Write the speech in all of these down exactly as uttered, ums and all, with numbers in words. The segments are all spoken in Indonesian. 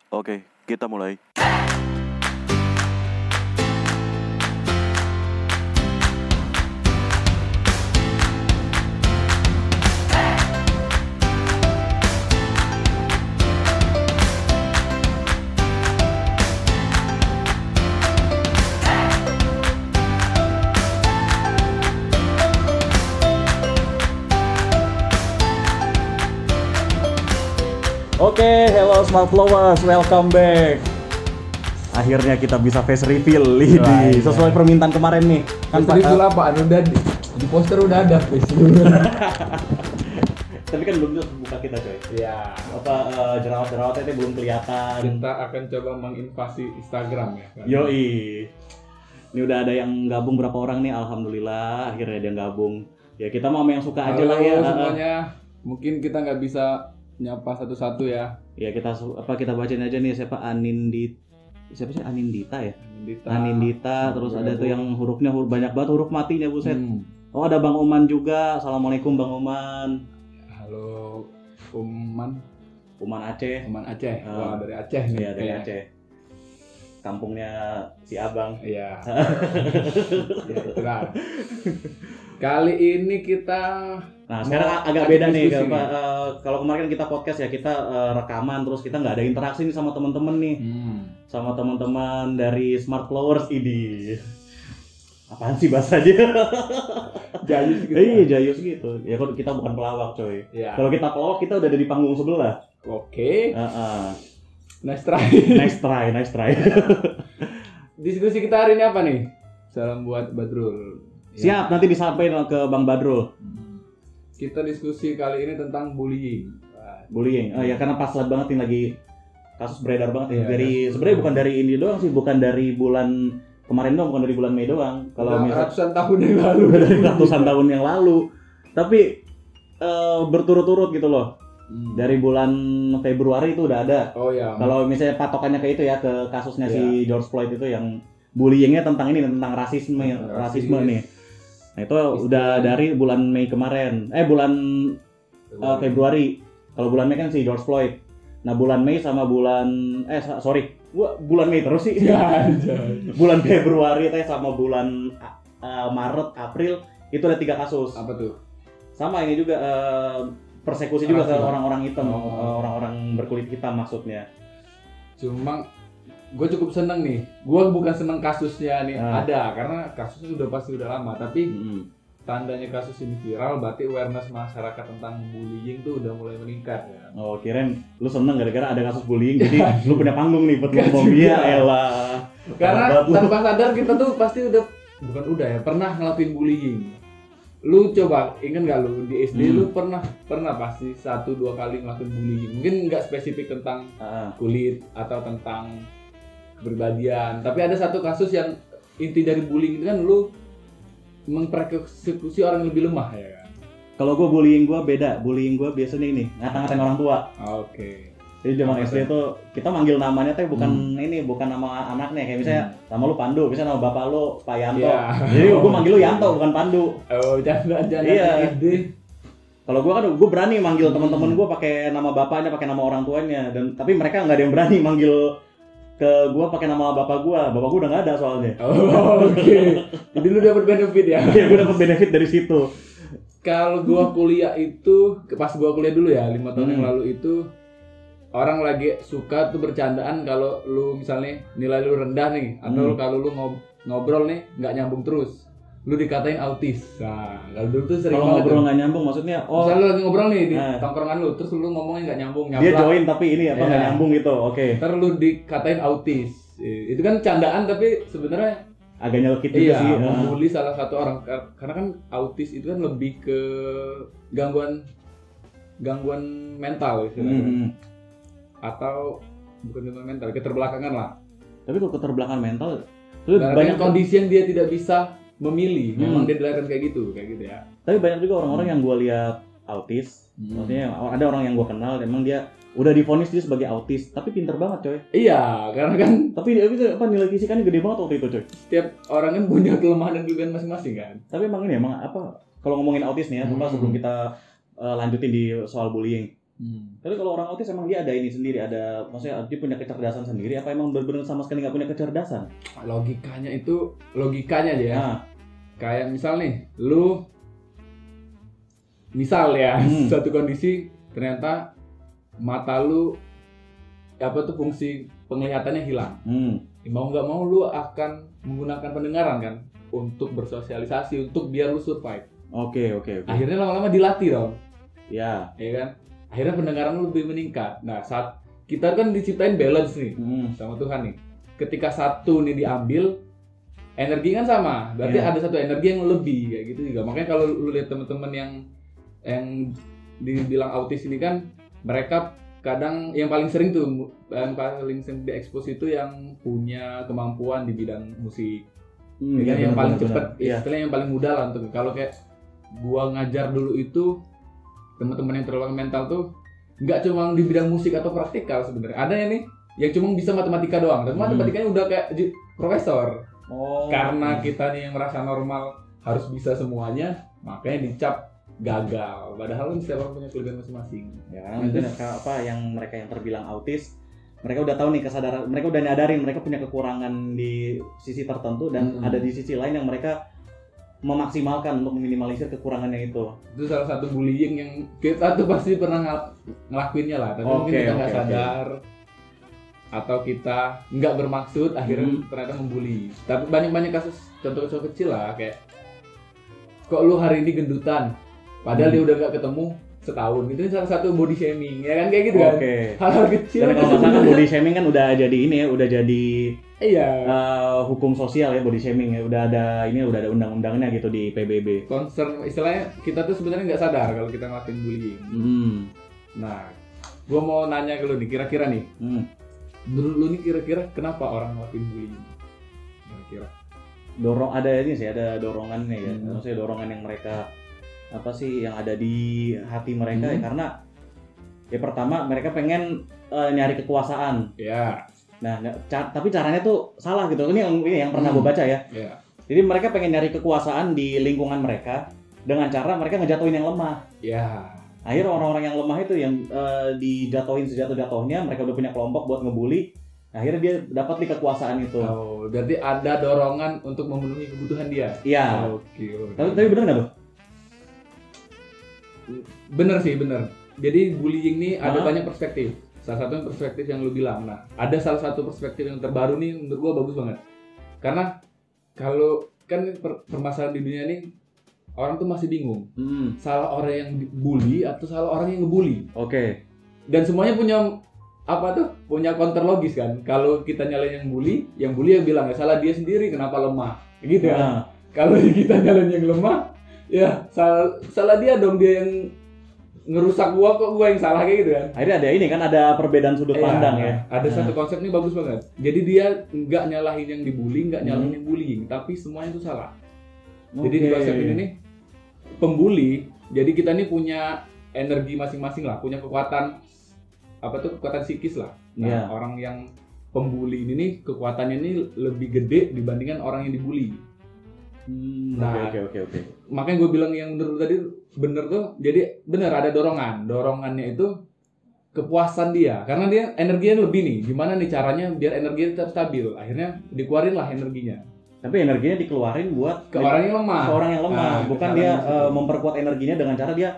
Oke, kita mulai. Oke, hello Smart Flowers, welcome back. Akhirnya kita bisa face reveal ini sesuai permintaan kemarin nih. Kan face reveal apaan? Udah di, di poster udah ada face reveal. Tapi kan belum buka kita coy. Iya. Apa uh, jerawat-jerawatnya itu belum kelihatan. Kita akan coba menginvasi Instagram ya. Kan? Yoi. Ini udah ada yang gabung berapa orang nih? Alhamdulillah akhirnya dia gabung. Ya kita mau yang suka aja Halo lah ya. Semuanya. Mungkin kita nggak bisa nyapa satu-satu ya. Ya kita apa kita bacain aja nih siapa Anindita. Siapa sih Anindita ya? Anindita. Anindita terus ada tuh yang hurufnya huruf banyak banget huruf matinya buset. Hmm. Oh ada Bang Oman juga. Assalamualaikum Bang Oman. Halo Uman. Uman Aceh. Uman Aceh. Uh, Wah dari Aceh nih. Iya dari Aceh. Kampungnya si Abang. Iya. Ya itulah. Kali ini kita Nah sekarang agak beda nih kalau, uh, kalau kemarin kan kita podcast ya kita uh, rekaman terus kita nggak ada interaksi nih sama teman-teman nih hmm. sama teman-teman dari Smart Flowers ini. Apaan sih bahasanya? Jayus gitu. Iya jayus gitu. Ya kalau kita bukan pelawak coy. Ya. Kalau kita pelawak kita udah ada di panggung sebelah. Oke. Okay. Uh-uh. Nice try. nice try, nice try. Diskusi kita hari ini apa nih? Salam buat Badrul. Siap, ya. Nanti disampaikan ke Bang Badrul. Kita diskusi kali ini tentang bullying. Bullying. Oh ya karena pas banget nih lagi kasus beredar banget ya. Dari sebenarnya bukan dari ini doang sih, bukan dari bulan kemarin doang, bukan dari bulan Mei doang. Kalau misal ratusan tahun yang lalu. Dari ratusan tahun yang lalu. Tapi uh, berturut-turut gitu loh. Hmm. Dari bulan Februari itu udah ada. Oh ya. Kalau misalnya patokannya ke itu ya ke kasusnya ya. Si George Floyd itu yang bullyingnya tentang ini tentang rasisme, rasisme, rasisme nih. Nah itu Istilah. Udah dari bulan Mei kemarin, eh bulan Februari. Uh, Februari. Kalau bulan Mei kan si George Floyd. Nah bulan Mei sama bulan, eh sorry, gua bulan Mei terus sih. Ya, bulan Februari teh sama bulan uh, Maret, April itu ada tiga kasus. Apa tuh? Sama ini juga uh, persekusi juga ke orang-orang hitam, oh. uh, orang-orang berkulit hitam maksudnya. Cuma gue cukup seneng nih, gue bukan seneng kasusnya nih ah. ada, karena kasusnya sudah pasti udah lama, tapi mm-hmm. tandanya kasus ini viral, berarti awareness masyarakat tentang bullying tuh udah mulai meningkat ya. Oh kirain lu seneng gara-gara ada kasus bullying, jadi lu punya panggung nih buat ngomong ya elah. Karena tanpa sadar kita tuh pasti udah, bukan udah ya, pernah ngelakuin bullying. Lu coba, ingat gak lu di S D hmm. lu pernah, pernah pasti satu dua kali ngelakuin bullying, mungkin gak spesifik tentang uh. kulit atau tentang kepribadian, tapi ada satu kasus yang inti dari bullying itu kan lu mempersekusi orang yang lebih lemah ya kan. Kalau gue bullying gue beda, bullying gue biasanya ini ngata-ngatain orang tua. Oke. Okay. Jadi zaman S D tuh kita manggil namanya tuh bukan hmm. ini, bukan nama anaknya kayak misalnya hmm. nama lu Pandu, misalnya nama bapak lu Pak Yanto. Yeah. Jadi gue manggil lu Yanto bukan Pandu. Oh jangan jangan iya. S D. Kalau gue kan gue berani manggil hmm. teman-teman gue pakai nama bapaknya, pakai nama orang tuanya, dan tapi mereka nggak ada yang berani manggil ke gue pakai nama bapak gue, bapak gue udah nggak ada soalnya. Oh, oke. Okay. Jadi lu dapat benefit ya? Iya, gue dapat benefit dari situ. Kalau gue kuliah itu, pas gue kuliah dulu ya, lima tahun hmm. yang lalu itu orang lagi suka tuh bercandaan kalau lu misalnya nilai lu rendah nih, atau hmm. kalau lu ngob- ngobrol nih nggak nyambung terus, lu dikatain autis. Nah, kalau dulu tuh sering kalau ngobrol nggak nyambung maksudnya, oh, misalnya lu lagi ngobrol nih di nah. tongkrongan lu, terus lu ngomongnya nggak nyambung, nyambung. Dia join tapi ini apa nggak ya. nyambung gitu, oke. Okay. Terus lu dikatain autis, itu kan candaan tapi sebenarnya agak nyelkit juga iya, sih. Iya, membuli salah satu orang, karena kan autis itu kan lebih ke gangguan gangguan mental istilahnya. Mm-hmm. Atau bukan gangguan mental, keterbelakangan lah. Tapi kalau keterbelakangan mental, banyak kondisi yang dia tidak bisa memilih, hmm. memang dia dilahirkan kayak gitu, kayak gitu ya. Tapi banyak juga orang-orang hmm. yang gue lihat autis, hmm. maksudnya ada orang yang gue kenal, emang dia udah divonis dia sebagai autis, tapi pinter banget coy. Iya, karena kan. Tapi itu apa nilai fisikanya gede banget waktu itu coy. Setiap orang kan punya kelemahan dan kelebihan masing-masing kan. Tapi emang ini emang apa? Kalau ngomongin autis nih ya, hmm. sebelum kita uh, lanjutin di soal bullying, Hmm. Tapi kalau orang autis emang dia ada ini sendiri, ada maksudnya dia punya kecerdasan sendiri apa emang benar-benar sama sekali nggak punya kecerdasan? Logikanya itu logikanya aja ya. Nah. Kayak misal nih, lu misal ya hmm. suatu kondisi ternyata mata lu apa tuh fungsi penglihatannya hilang. Hmm. Mau nggak mau lu akan menggunakan pendengaran kan untuk bersosialisasi, untuk biar lu survive. Oke, okay, oke, okay, oke. Okay. Akhirnya lama-lama dilatih dong. Ya. Iya kan? Akhirnya pendengaran lu lebih meningkat. Nah, saat kita kan diciptain balance nih hmm. sama Tuhan nih. Ketika satu nih diambil, energi kan sama. Berarti yeah. ada satu energi yang lebih kayak gitu juga. Makanya kalau lu lihat teman-teman yang yang dibilang autis ini kan, mereka kadang yang paling sering tuh yang paling sering diekspos itu yang punya kemampuan di bidang musik. Hmm, ya, ya, yang bener, paling bener, cepet, bener. Istilahnya yang paling mudah lah untuk kalau kayak gua ngajar dulu itu teman-teman yang terlalu mental tuh nggak cuma di bidang musik atau praktikal sebenarnya. Ada yang nih yang cuma bisa matematika doang, dan hmm. matematikanya udah kayak profesor. Oh. Karena kita nih yang merasa normal harus bisa semuanya, makanya dicap gagal. Padahal kan setiap orang punya kelebihan masing-masing. Ya kan, itu apa yang mereka yang terbilang autis, mereka udah tahu nih kesadaran, mereka udah nyadarin mereka punya kekurangan di sisi tertentu dan hmm. ada di sisi lain yang mereka memaksimalkan untuk meminimalisir kekurangannya itu. Itu salah satu bullying yang kita tuh pasti pernah ng- ngelakuinnya lah, tapi okay, mungkin kita nggak okay, sadar okay. atau kita nggak bermaksud akhirnya hmm. ternyata membuli. Tapi banyak-banyak kasus contoh-contoh kecil lah kayak kok lu hari ini gendutan, padahal hmm. dia udah nggak ketemu setahun. Itu salah satu body shaming, ya kan kayak gitu kan. Okay. Hal-hal kecil. Dan kalau misalkan body shaming kan udah jadi ini ya, udah jadi iya. Uh, hukum sosial ya body shaming ya. Udah ada ini udah ada undang-undangnya gitu di P B B. Concern istilahnya kita tuh sebenarnya nggak sadar kalau kita ngelakuin bullying. Hmm. Nah, gua mau nanya ke lu nih, kira-kira nih. Hmm. Menurut lu nih kira-kira kenapa orang ngelakuin bullying? Kira-kira. Dorong ada ini sih, ada dorongannya ya. Hmm. Maksudnya dorongan yang mereka apa sih yang ada di hati mereka hmm. ya karena ya pertama mereka pengen uh, nyari kekuasaan. Ya. Nah, ca- tapi caranya tuh salah gitu. Ini yang ini yang pernah hmm. gue baca ya. Ya. Jadi mereka pengen nyari kekuasaan di lingkungan mereka dengan cara mereka ngejatuhin yang lemah. Ya. Akhirnya orang-orang yang lemah itu yang uh, dijatuhin sejatuh-jatuhnya, mereka udah punya kelompok buat ngebully. Akhirnya dia dapat di kekuasaan itu. Oh, berarti ada dorongan untuk memenuhi kebutuhan dia. Iya. Oke. Okay, tapi, tapi benar nggak, Bang? Bener sih, bener. Jadi bullying ini ada banyak perspektif. Salah satu perspektif yang lu bilang. Nah, ada salah satu perspektif yang terbaru nih menurut gua bagus banget. Karena kalau kan per- permasalahan di dunia ini orang tuh masih bingung. Hmm. Salah orang yang bully atau salah orang yang ngebully. Oke. Okay. Dan semuanya punya apa tuh? Punya counter logis kan. Kalau kita nyalain yang bully, yang bully yang bilang ya salah dia sendiri kenapa lemah. Gitu ya. Nah. Kalau kita nyalain yang lemah, ya salah salah dia dong, dia yang ngerusak gua kok gua yang salah kayak gitu kan. Akhirnya ada ini kan ada perbedaan sudut eh, pandang ya. Ada nah. satu konsep nih bagus banget. Jadi dia nggak nyalahin yang dibully, nggak nyalahin hmm. yang bullying, tapi semuanya itu salah. Okay. Jadi di konsep ini nih pembuli, jadi kita nih punya energi masing-masing lah, punya kekuatan apa tuh kekuatan psikis lah. Nah, yeah. orang yang pembuli ini nih kekuatannya ini lebih gede dibandingkan orang yang dibully. Hmm, nah, oke oke oke. Makanya gue bilang yang bener tadi bener tuh, jadi bener ada dorongan. Dorongannya itu kepuasan dia, karena dia energinya lebih nih. Gimana nih caranya biar energinya tetap stabil? Akhirnya dikeluarin lah energinya. Tapi energinya dikeluarin buat ke orang yang lemah. Ke orang yang lemah, nah, bukan dia uh, memperkuat energinya dengan cara dia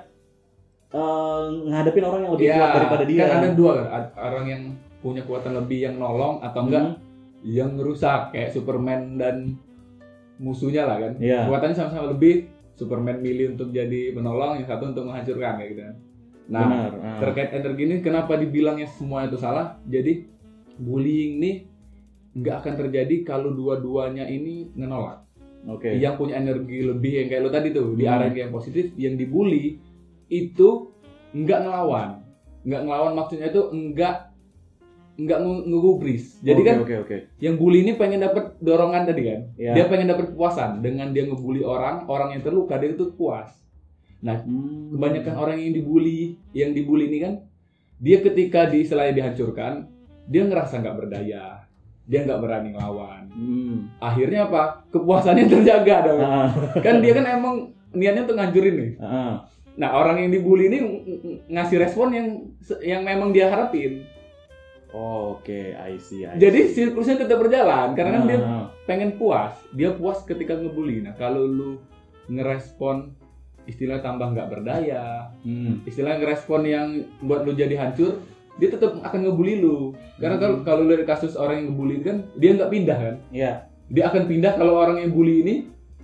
uh, ngadepin orang yang lebih ya, kuat daripada dia. Kan ada dua kan, orang yang punya kekuatan lebih yang nolong atau enggak hmm. yang ngerusak kayak Superman dan musuhnya lah kan. Yeah. Kekuatannya sama-sama lebih. Superman milih untuk jadi penolong, yang satu untuk menghancurkan kayak gitu. Nah, benar, ah. terkait energi ini kenapa dibilangnya semua itu salah? Jadi bullying ini nggak akan terjadi kalau dua-duanya ini menolak. Oke. Okay. Yang punya energi lebih yang kayak lo tadi tuh, hmm. diarahin ke yang positif, yang dibully itu nggak ngelawan. Nggak ngelawan maksudnya itu nggak nggak ngegubris. Jadi okay, kan okay, okay. yang bully ini pengen dapat dorongan tadi kan. Yeah. Dia pengen dapat kepuasan dengan dia ngebully orang, orang yang terluka dia itu puas. Nah, hmm. kebanyakan orang yang dibully, yang dibully ini kan dia ketika di istilahnya dihancurkan, dia ngerasa nggak berdaya. Dia nggak berani ngelawan. Hmm. Akhirnya apa? Kepuasannya terjaga dong. Ah. Kan dia kan emang niatnya untuk ngancurin nih. Ah. Nah, orang yang dibully ini ng- ng- ngasih respon yang yang memang dia harapin. Oh, oke, okay. I see, I see. Jadi siklusnya tetap berjalan karena kan Ah. dia pengen puas. Dia puas ketika ngebully. Nah, kalau lu ngerespon istilah tambah nggak berdaya, Hmm. istilah ngerespon yang buat lu jadi hancur, dia tetap akan ngebully lu. Karena kalau Hmm. kalau lihat kasus orang yang ngebully kan, dia nggak pindah kan? Iya. Dia akan pindah kalau orang yang bully ini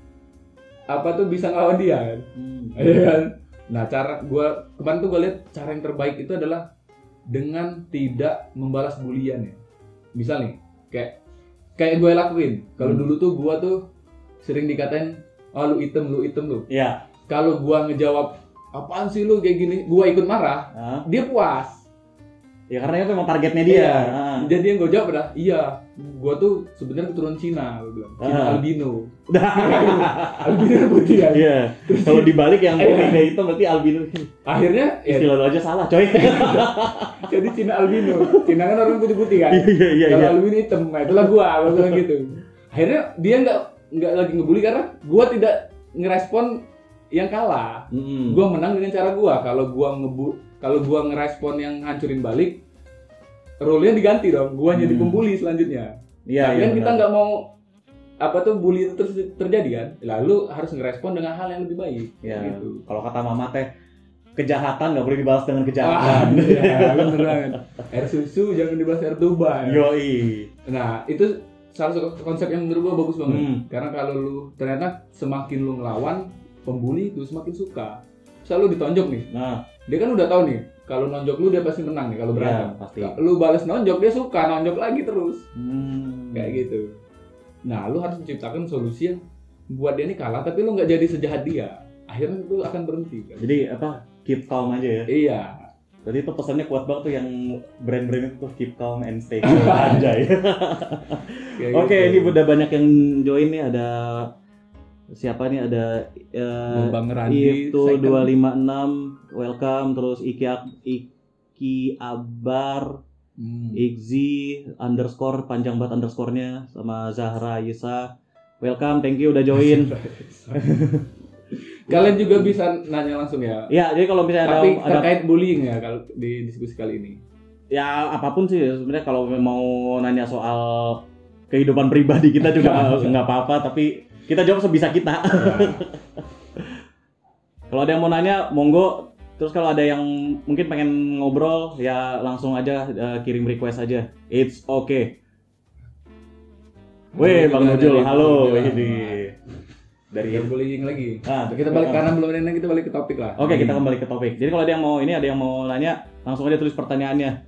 apa tuh bisa ngelawan dia kan? Hmm. Iya kan? Nah, cara gua kemarin tuh gua lihat cara yang terbaik itu adalah dengan tidak membalas bulian ya. Misal nih, kayak kayak gue lakuin. Kalau Hmm. dulu tuh gua tuh sering dikatain, "Oh, lu item, lu item lu." Iya. Kalau gua ngejawab, "Apaan sih lu kayak gini?" Gua ikut marah, Ah. dia puas. Ya karena itu memang targetnya dia. Iya. Ah. Jadi yang gue jawab adalah, "Iya, gua tuh sebenarnya keturunan Cina," gue bilang. Cina Ah. albino. Albino putih kan. Iya. Kalau dibalik yang putih kayak itu berarti albino. Akhirnya ya Istilah lo aja salah, coy. jadi Cina albino. Cina kan orang putih-putih kan. Iya iya Kalau iya. albino hitam, nah itulah gua, gua bilang gitu. Akhirnya dia nggak nggak lagi ngebully karena gua tidak ngerespon yang kalah. Mm. Gua menang dengan cara gua. Kalau gua ngebu kalau gua ngerespon yang hancurin balik, role-nya diganti dong. Gua jadi Hmm. pembuli selanjutnya. Iya Tapi iya. kan kita benar. nggak mau apa tuh bully itu terus terjadi kan. Lalu harus ngerespon dengan hal yang lebih baik. Ya, Gitu. kalau kata mama teh kejahatan nggak boleh dibalas dengan Ah, kejahatan. iya, bener banget. Air susu jangan dibalas air tuba. Ya. Yoi. Nah, itu salah satu konsep yang menurut gua bagus banget. Hmm. Karena kalau lu ternyata semakin lu ngelawan pembuli itu semakin suka. Selalu ditonjok nih. Nah, Dia kan udah tahu nih, kalau nonjok lu dia pasti menang nih kalau Iya, berantem. pasti. Kalau lu balas nonjok dia suka, nonjok lagi terus. hmm. Kayak gitu. Nah, lu harus menciptakan solusi yang buat dia ini kalah tapi lu nggak jadi sejahat dia. Akhirnya lu akan berhenti kan. Jadi apa? Keep calm aja ya. Iya. Jadi itu pesannya kuat banget tuh yang brand-brand itu tuh keep calm and stay cool aja ya. Kayak Oke, gitu. ini udah banyak yang join nih. Ada siapa nih? Ada eh, Bang Randi itu second. dua lima enam welcome, terus Iki Ak- Iki Abar, Hmm. Igzi underscore panjang banget underscore-nya, sama Zahra Yesa. Welcome, thank you udah join. Kalian juga bisa nanya langsung ya. Ya, jadi kalau misalnya Tapi ada, ada terkait bullying ya kalau di diskusi kali ini. ya apapun sih sebenarnya, kalau mau nanya soal kehidupan pribadi kita juga nggak apa-apa, tapi kita jawab sebisa kita. Ya. Kalau ada yang mau nanya, monggo. Terus kalau ada yang mungkin pengen ngobrol, ya langsung aja uh, kirim request aja. It's okay. Weh, Bang Nujul, halo. Ini dari Dari bullying lagi. Ah, Kita balik karena belum ada yang kita balik ke topik lah. Oke, kita kembali ke topik. Jadi kalau ada yang mau ini, ada yang mau nanya, langsung aja tulis pertanyaannya.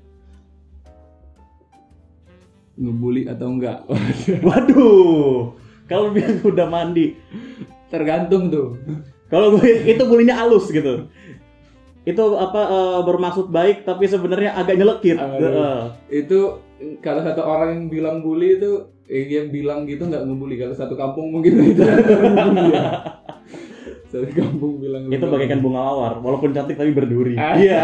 Ngebully atau enggak? Waduh, kalau bilang udah mandi. Tergantung tuh. Kalau gue itu bulinya halus gitu. Itu apa uh, bermaksud baik tapi sebenarnya agak nyelekit. Aduh. Uh. Itu kalau satu orang yang bilang bully itu eh, yang bilang gitu nggak ngebully. Kalau satu kampung mungkin itu ngebully ya. Satu kampung bilang Itu bagaikan bunga mawar, walaupun cantik tapi berduri. Ah. Iya.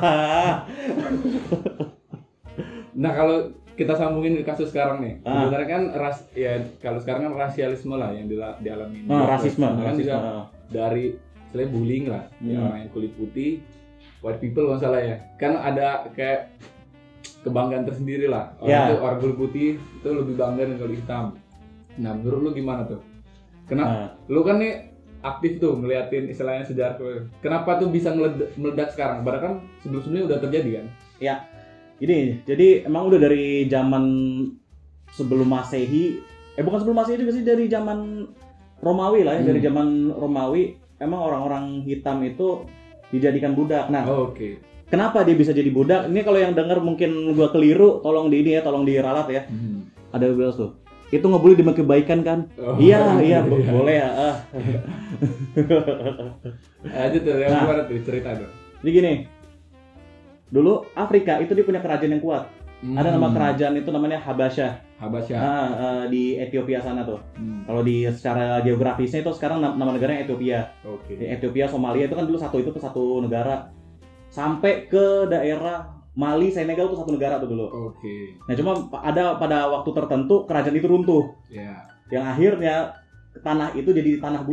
Nah, kalau kita sambungin ke kasus sekarang nih. Ah. Sebenarnya kan ras ya kalau sekarang kan rasialisme lah yang dila- dialami. Oh, rasisme, Kan rasisme. juga dari selain bullying lah, ya, Hmm. orang yang kulit putih, white people kalau nggak salah ya. Kan ada kayak kebanggaan tersendiri lah. Orang Ya. tuh orang kulit putih itu lebih bangga dengan kulit hitam. Nah, menurut lu gimana tuh? Kenapa? Nah, Lu kan nih aktif tuh ngeliatin istilahnya sejarah. Kenapa tuh bisa meledak, meledak sekarang? Padahal kan sebelum-sebelumnya udah terjadi kan? Ini jadi emang udah dari zaman sebelum Masehi, eh bukan sebelum Masehi juga sih, dari zaman Romawi lah ya, Hmm. dari zaman Romawi emang orang-orang hitam itu dijadikan budak. Nah, Oh, Oke. kenapa dia bisa jadi budak? Ini kalau yang denger mungkin gua keliru, tolong di ini ya, tolong diralat ya. Hmm. Ada yang bilang tuh, itu ngebully demi kebaikan kan? Oh, iya, iya, bo- boleh ya. Ah. Aja tuh, yang Nah. gimana tuh cerita tuh? Jadi gini, dulu Afrika itu dia punya kerajaan yang kuat. Ada nama kerajaan itu namanya Habasyah. Habasyah. Ah, ah, di Ethiopia sana tuh. Hmm. Kalau di secara geografisnya itu sekarang nam- nama negaranya Ethiopia. Oke. Di Ethiopia, Somalia itu kan dulu satu, itu tuh satu negara. Sampai ke daerah Mali, Senegal tuh satu negara tuh dulu. Oke. Nah, cuma pa- ada pada waktu tertentu kerajaan itu runtuh. Ya. Yang akhirnya tanah itu jadi tanah budak.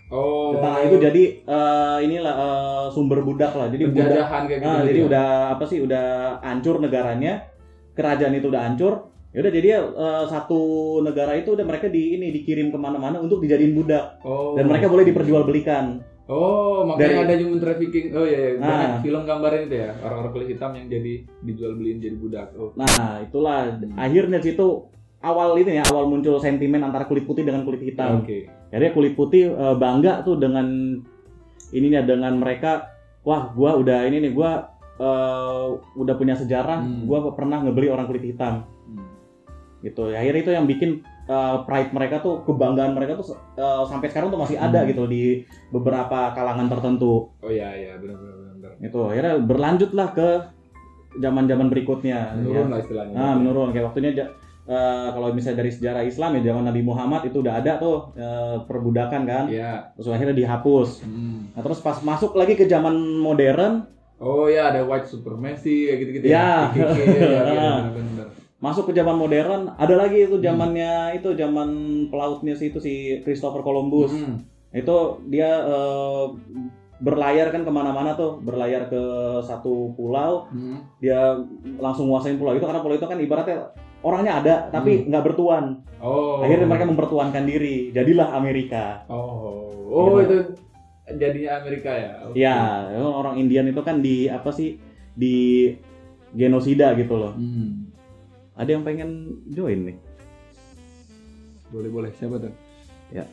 Oh. Di tanah itu jadi uh, inilah uh, sumber budak lah. Jadi penjajahan kayak gitu. Nah, gitu jadi ya? udah apa sih? Udah hancur negaranya. Kerajaan itu udah hancur. Ya udah jadi uh, satu negara itu udah mereka di ini dikirim kemana-mana untuk dijadiin budak. Oh. Dan mereka boleh diperjualbelikan. Oh, makanya Dari, ada human trafficking. Oh iya, iya. Banyak nah, film gambarin itu ya, orang-orang kulit hitam yang jadi dijual beliin jadi budak. Oh. Nah, itulah akhirnya situ awal ini ya, awal muncul sentimen antara kulit putih dengan kulit hitam. Oke. Okay. Jadi kulit putih uh, bangga tuh dengan ininya, dengan mereka, wah, gua udah ini nih, gua uh, udah punya sejarah, hmm. gua pernah ngebeli orang kulit hitam. Hmm. Gitu. Akhirnya itu yang bikin Uh, pride mereka tuh, kebanggaan mereka tuh uh, sampai sekarang tuh masih ada hmm. gitu di beberapa kalangan tertentu. Oh iya iya benar benar benar. Itu akhirnya berlanjutlah ke zaman-zaman berikutnya. Menurun ya. lah istilahnya. Nah, menurun kayak waktunya uh, kalau misalnya dari sejarah Islam ya zaman Nabi Muhammad itu udah ada tuh uh, perbudakan kan. Iya. Terus akhirnya dihapus. Hmm. Nah, terus pas masuk lagi ke zaman modern. Oh ya, ada white supremacy kayak gitu-gitu ya. ya. K K K, ya, ya benar-benar. Masuk ke zaman modern, ada lagi itu zamannya hmm. itu zaman pelautnya sih itu si Christopher Columbus. Hmm. Itu dia uh, berlayar kan kemana-mana tuh, berlayar ke satu pulau, hmm. dia langsung nguasain pulau itu karena pulau itu kan ibaratnya orangnya ada tapi nggak hmm. bertuan. Oh. Akhirnya mereka mempertuankan diri, jadilah Amerika. Oh, oh gitu. Itu jadinya Amerika ya? Okay. Ya, orang Indian itu kan di apa sih di genosida gitu loh. Hmm. Ada yang pengen join nih? Boleh boleh, siapa tuh? Ya.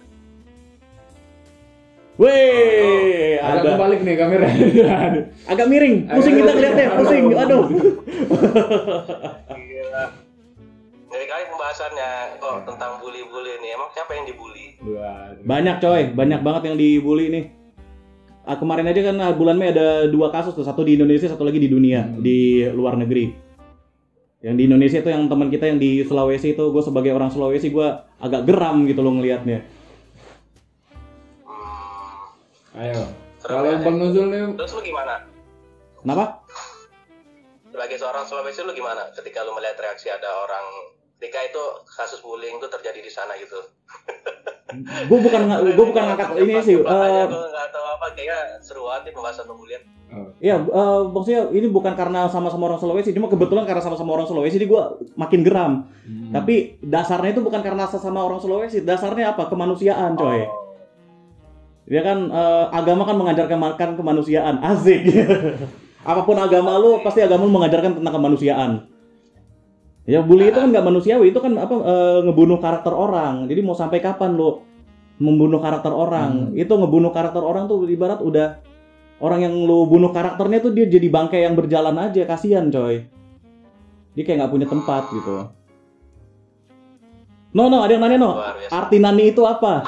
Weh, oh, agak kebalik nih kamera. Agak miring, pusing kita lihatnya, pusing. Aduh. Gila. Dari kali pembahasannya kok tentang bully-bully nih. Emang siapa yang dibully? Banyak coy, banyak banget yang dibully nih. Ah, kemarin aja kan bulan Mei ada dua kasus tuh, satu di Indonesia, satu lagi di dunia, hmm. di luar negeri. Yang di Indonesia itu yang teman kita yang di Sulawesi itu, gue sebagai orang Sulawesi gue agak geram gitu loh ngelihatnya. Hmm. Ayo. Kalau Bang Nuzul nih, terus lu gimana? Kenapa? Sebagai seorang Sulawesi lu gimana ketika lu melihat reaksi ada orang ketika itu kasus bullying itu terjadi di sana gitu? gue bukan gue bukan ngangkat ini sih. Uh, gue nggak tahu apa, kayaknya seru banget pembahasan pembulian. Iya, uh, maksudnya ini bukan karena sama-sama orang Sulawesi, cuma kebetulan karena sama-sama orang Sulawesi, jadi gue makin geram. Hmm. Tapi dasarnya itu bukan karena sesama orang Sulawesi, dasarnya apa? Kemanusiaan, coy. Oh. Dia kan uh, agama kan mengajarkan kemanusiaan, asik. Apapun agama lu, pasti agama lu mengajarkan tentang kemanusiaan. Ya bully itu kan nggak manusiawi, itu kan apa uh, ngebunuh karakter orang. Jadi mau sampai kapan lu membunuh karakter orang? Hmm. Itu ngebunuh karakter orang tuh ibarat udah orang yang lu bunuh karakternya tuh dia jadi bangkai yang berjalan aja, kasihan coy. Dia kayak nggak punya tempat gitu. No no, ada yang nanya no. Arti nani itu apa?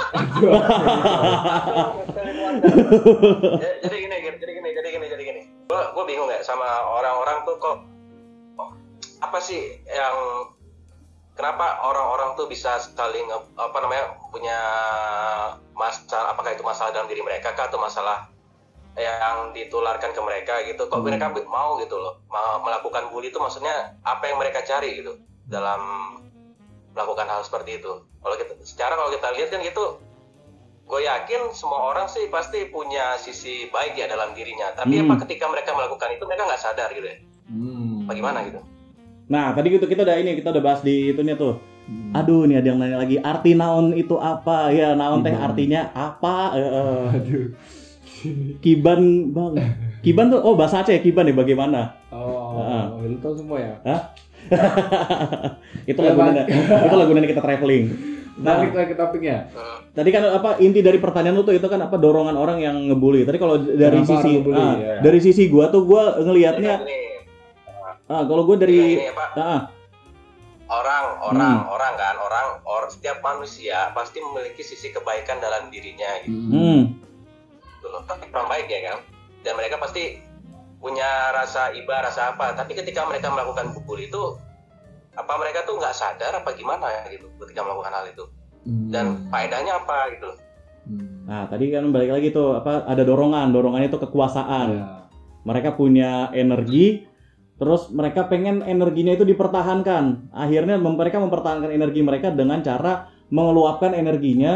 jadi gini, jadi gini, jadi gini, jadi gini. Gua gua bingung ya sama orang-orang tuh kok apa sih yang kenapa orang-orang tuh bisa saling apa namanya punya masalah, apakah itu masalah dalam diri mereka kah atau masalah yang ditularkan ke mereka gitu, kok hmm. mereka mau gitu loh melakukan bully itu, maksudnya apa yang mereka cari gitu dalam melakukan hal seperti itu. Kalau kita secara kalau kita lihat kan gitu, gue yakin semua orang sih pasti punya sisi baik ya dalam dirinya, tapi hmm. apa ketika mereka melakukan itu mereka nggak sadar gitu ya. Hmm. Bagaimana gitu? Nah tadi gitu kita udah ini kita udah bahas di itunya tuh. Hmm. Aduh nih ada yang nanya lagi, arti naon itu apa? Ya naon teh hmm. artinya apa? Uh, Aduh. Kiban bang, Kiban tuh oh bahasa Aceh ya, Kiban ya bagaimana? Oh, uh. lu tahu semua ya? Hah? Itu lagunya, itu lagunya kita traveling. Nah, balik ke topiknya. Tadi kan apa inti dari pertanyaan lu tuh itu kan apa dorongan orang yang ngebully. Tadi kalau dari Kenapa sisi, ngebully, ah, ya. dari sisi gua tuh gua ngelihatnya, ah kalau gua dari, ini, ini, ah, orang, orang, hmm. orang kan, orang, or setiap manusia pasti memiliki sisi kebaikan dalam dirinya gitu. Hmm. Tapi orang baik ya kan, dan mereka pasti punya rasa iba, rasa apa. Tapi ketika mereka melakukan bully itu, apa mereka tuh nggak sadar apa gimana ya gitu ketika melakukan hal itu, dan faedahnya apa gitu. Nah tadi kan balik lagi tuh apa ada dorongan, dorongannya itu kekuasaan. Ya. Mereka punya energi, terus mereka pengen energinya itu dipertahankan. Akhirnya mereka mempertahankan energi mereka dengan cara mengeluapkan energinya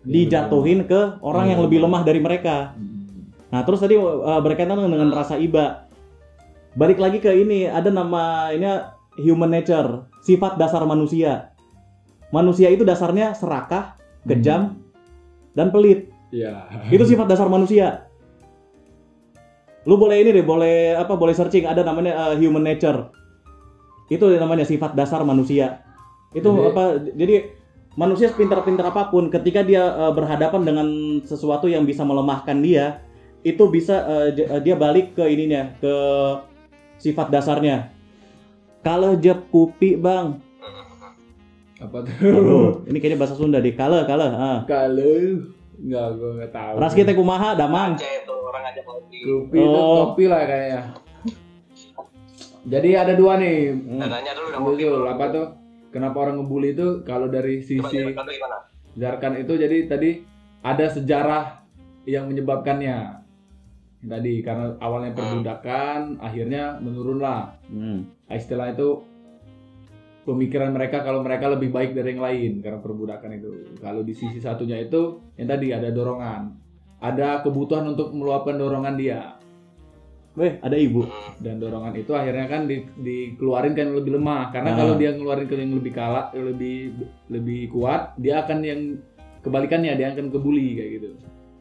dijatuhin ke orang yang lebih lemah dari mereka. Nah terus tadi uh, berkaitan dengan rasa iba. Balik lagi ke ini, ada nama ini human nature, sifat dasar manusia. Manusia itu dasarnya serakah, kejam, dan pelit. Ya. Itu sifat dasar manusia. Lu boleh ini deh, boleh apa? Boleh searching, ada namanya uh, human nature. Itu namanya sifat dasar manusia. Itu jadi, apa? Jadi manusia sepintar-pintar apapun, ketika dia uh, berhadapan dengan sesuatu yang bisa melemahkan dia, itu bisa uh, dia balik ke ininya, ke sifat dasarnya. Kalah jeb kupi bang. Apa tuh? Aduh, ini kayaknya bahasa Sunda deh. Kalah, kalah. Ah. Kalah. Enggak, gue enggak tahu. Ras kita kumaha damang. Aceh itu orang aja kopi. Kopi itu Oh. kopi lah kayaknya. Jadi ada dua nih. Nah, nanya dulu dong kopi. Betul, apa tuh? Kenapa orang ngebully itu kalau dari Coba sisi jelaskan dulu gimana? Zarkan itu jadi tadi ada sejarah yang menyebabkannya. Tadi karena awalnya perbudakan, akhirnya menurunlah. Hmm. Nah, istilah itu pemikiran mereka kalau mereka lebih baik dari yang lain karena perbudakan itu. Kalau di sisi satunya itu yang tadi ada dorongan, ada kebutuhan untuk meluapkan dorongan dia. Weh, ada ibu. Dan dorongan itu akhirnya kan di, dikeluarin kan yang lebih lemah karena Ah. kalau dia ngeluarin ke yang lebih kalah, lebih lebih kuat, dia akan yang kebalikannya, dia akan kebuli kayak gitu.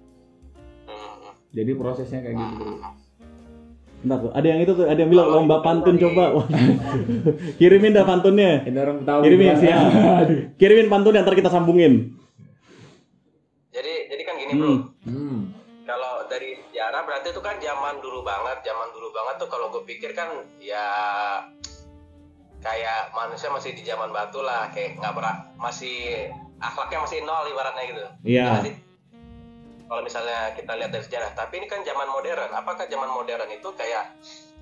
Jadi prosesnya kayak gitu. Bentar tuh, ada yang itu tuh, ada yang bilang lomba pantun coba. Kirimin dah pantunnya. Ini orang tahu Kirimin sih. ya. Kirimin pantunnya ntar kita sambungin. Jadi jadi kan gini bro. Hmm. Kalau dari sejarah berarti itu kan zaman dulu banget, zaman dulu banget tuh kalau gue pikir kan ya kayak manusia masih di zaman batu lah, kayak nggak berat, masih akhlaknya masih nol ibaratnya gitu. Iya. Ya nggak sih? Kalau misalnya kita lihat dari sejarah, tapi ini kan zaman modern. Apakah zaman modern itu kayak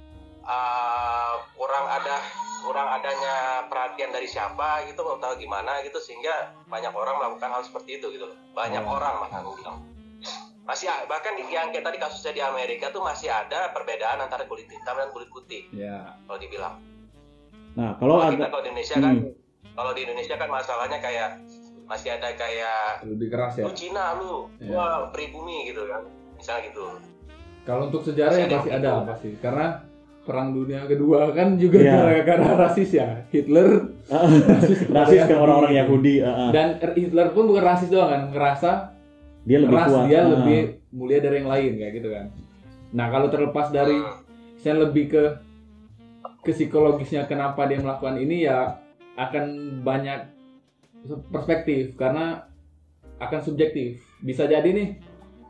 uh, kurang ada kurang adanya perhatian dari siapa gitu, mau tahu gimana gitu sehingga banyak orang melakukan hal seperti itu gitu. Banyak Oh. orang bahkan gue bilang. Masih bahkan yang kayak tadi kasusnya di Amerika tuh masih ada perbedaan antara kulit hitam dan kulit putih Ya. kalau dibilang. Nah, kalau Kalau kita ada kalau di Indonesia kan Hmm. kalau di Indonesia kan masalahnya kayak masih ada kayak Lebih keras ya. lu Cina lu, Ya. wah pribumi gitu kan, misalnya gitu. Kalau untuk sejarah ya Masih pasti ada. ada pasti karena Perang Dunia Kedua kan juga Iya. gara-gara rasis ya. Hitler rasis ke orang-orang Yahudi, uh, uh. dan Hitler pun bukan rasis doang kan, ngerasa dia lebih ras kuat. dia uh. lebih mulia dari yang lain kayak gitu kan. Nah kalau terlepas dari saya lebih ke ke psikologisnya kenapa dia melakukan ini ya akan banyak perspektif karena akan subjektif. Bisa jadi nih,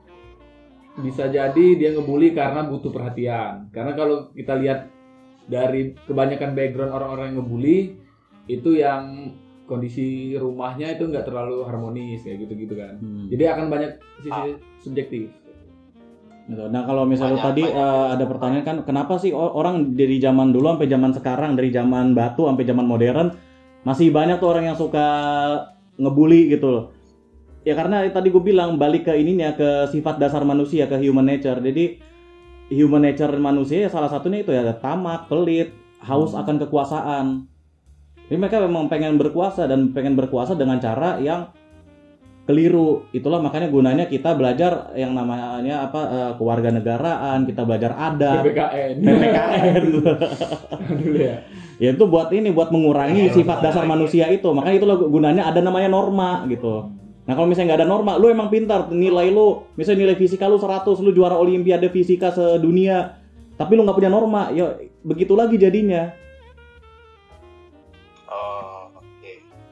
bisa jadi dia ngebully karena butuh perhatian. Karena kalau kita lihat dari kebanyakan background orang-orang yang ngebully itu yang kondisi rumahnya itu nggak terlalu harmonis kayak gitu-gitu kan. Hmm. Jadi akan banyak sisi subjektif. Gitu. Nah kalau misalnya Banyak, tadi banyak. uh, ada pertanyaan kan kenapa sih o- orang dari zaman dulu sampai zaman sekarang, dari zaman batu sampai zaman modern masih banyak tuh orang yang suka ngebully gitu loh. Ya karena tadi gue bilang balik ke ininya, ke sifat dasar manusia, ke human nature. Jadi human nature manusia ya salah satunya itu ya tamak, pelit, haus akan kekuasaan. Jadi mereka memang pengen berkuasa dan pengen berkuasa dengan cara yang keliru. Itulah makanya gunanya kita belajar yang namanya apa uh, kewarganegaraan, kita belajar adat, P P K N. P P K N. Dulu ya. Ya itu buat ini, buat mengurangi sifat dasar manusia itu. Makanya itulah gunanya ada namanya norma gitu. Nah kalau misalnya nggak ada norma, lu emang pintar, nilai lu, misalnya nilai fisika lu seratus, lu juara olimpiade fisika sedunia, tapi lu nggak punya norma, ya begitu lagi jadinya. Oh, oke.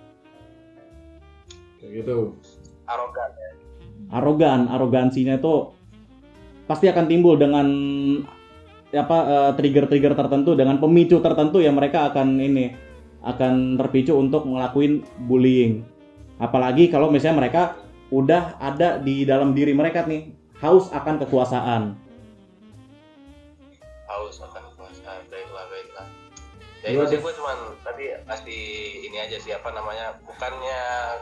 Kayak gitu. Arogan ya. Arogan, arogansinya itu pasti akan timbul dengan apa uh, trigger-trigger tertentu, dengan pemicu tertentu yang mereka akan ini akan terpicu untuk ngelakuin bullying. Apalagi kalau misalnya mereka udah ada di dalam diri mereka nih haus akan kekuasaan. Haus akan kekuasaan, baiklah baiklah. Ya itu sih gue cuman tadi pasti ini aja sih apa namanya, bukannya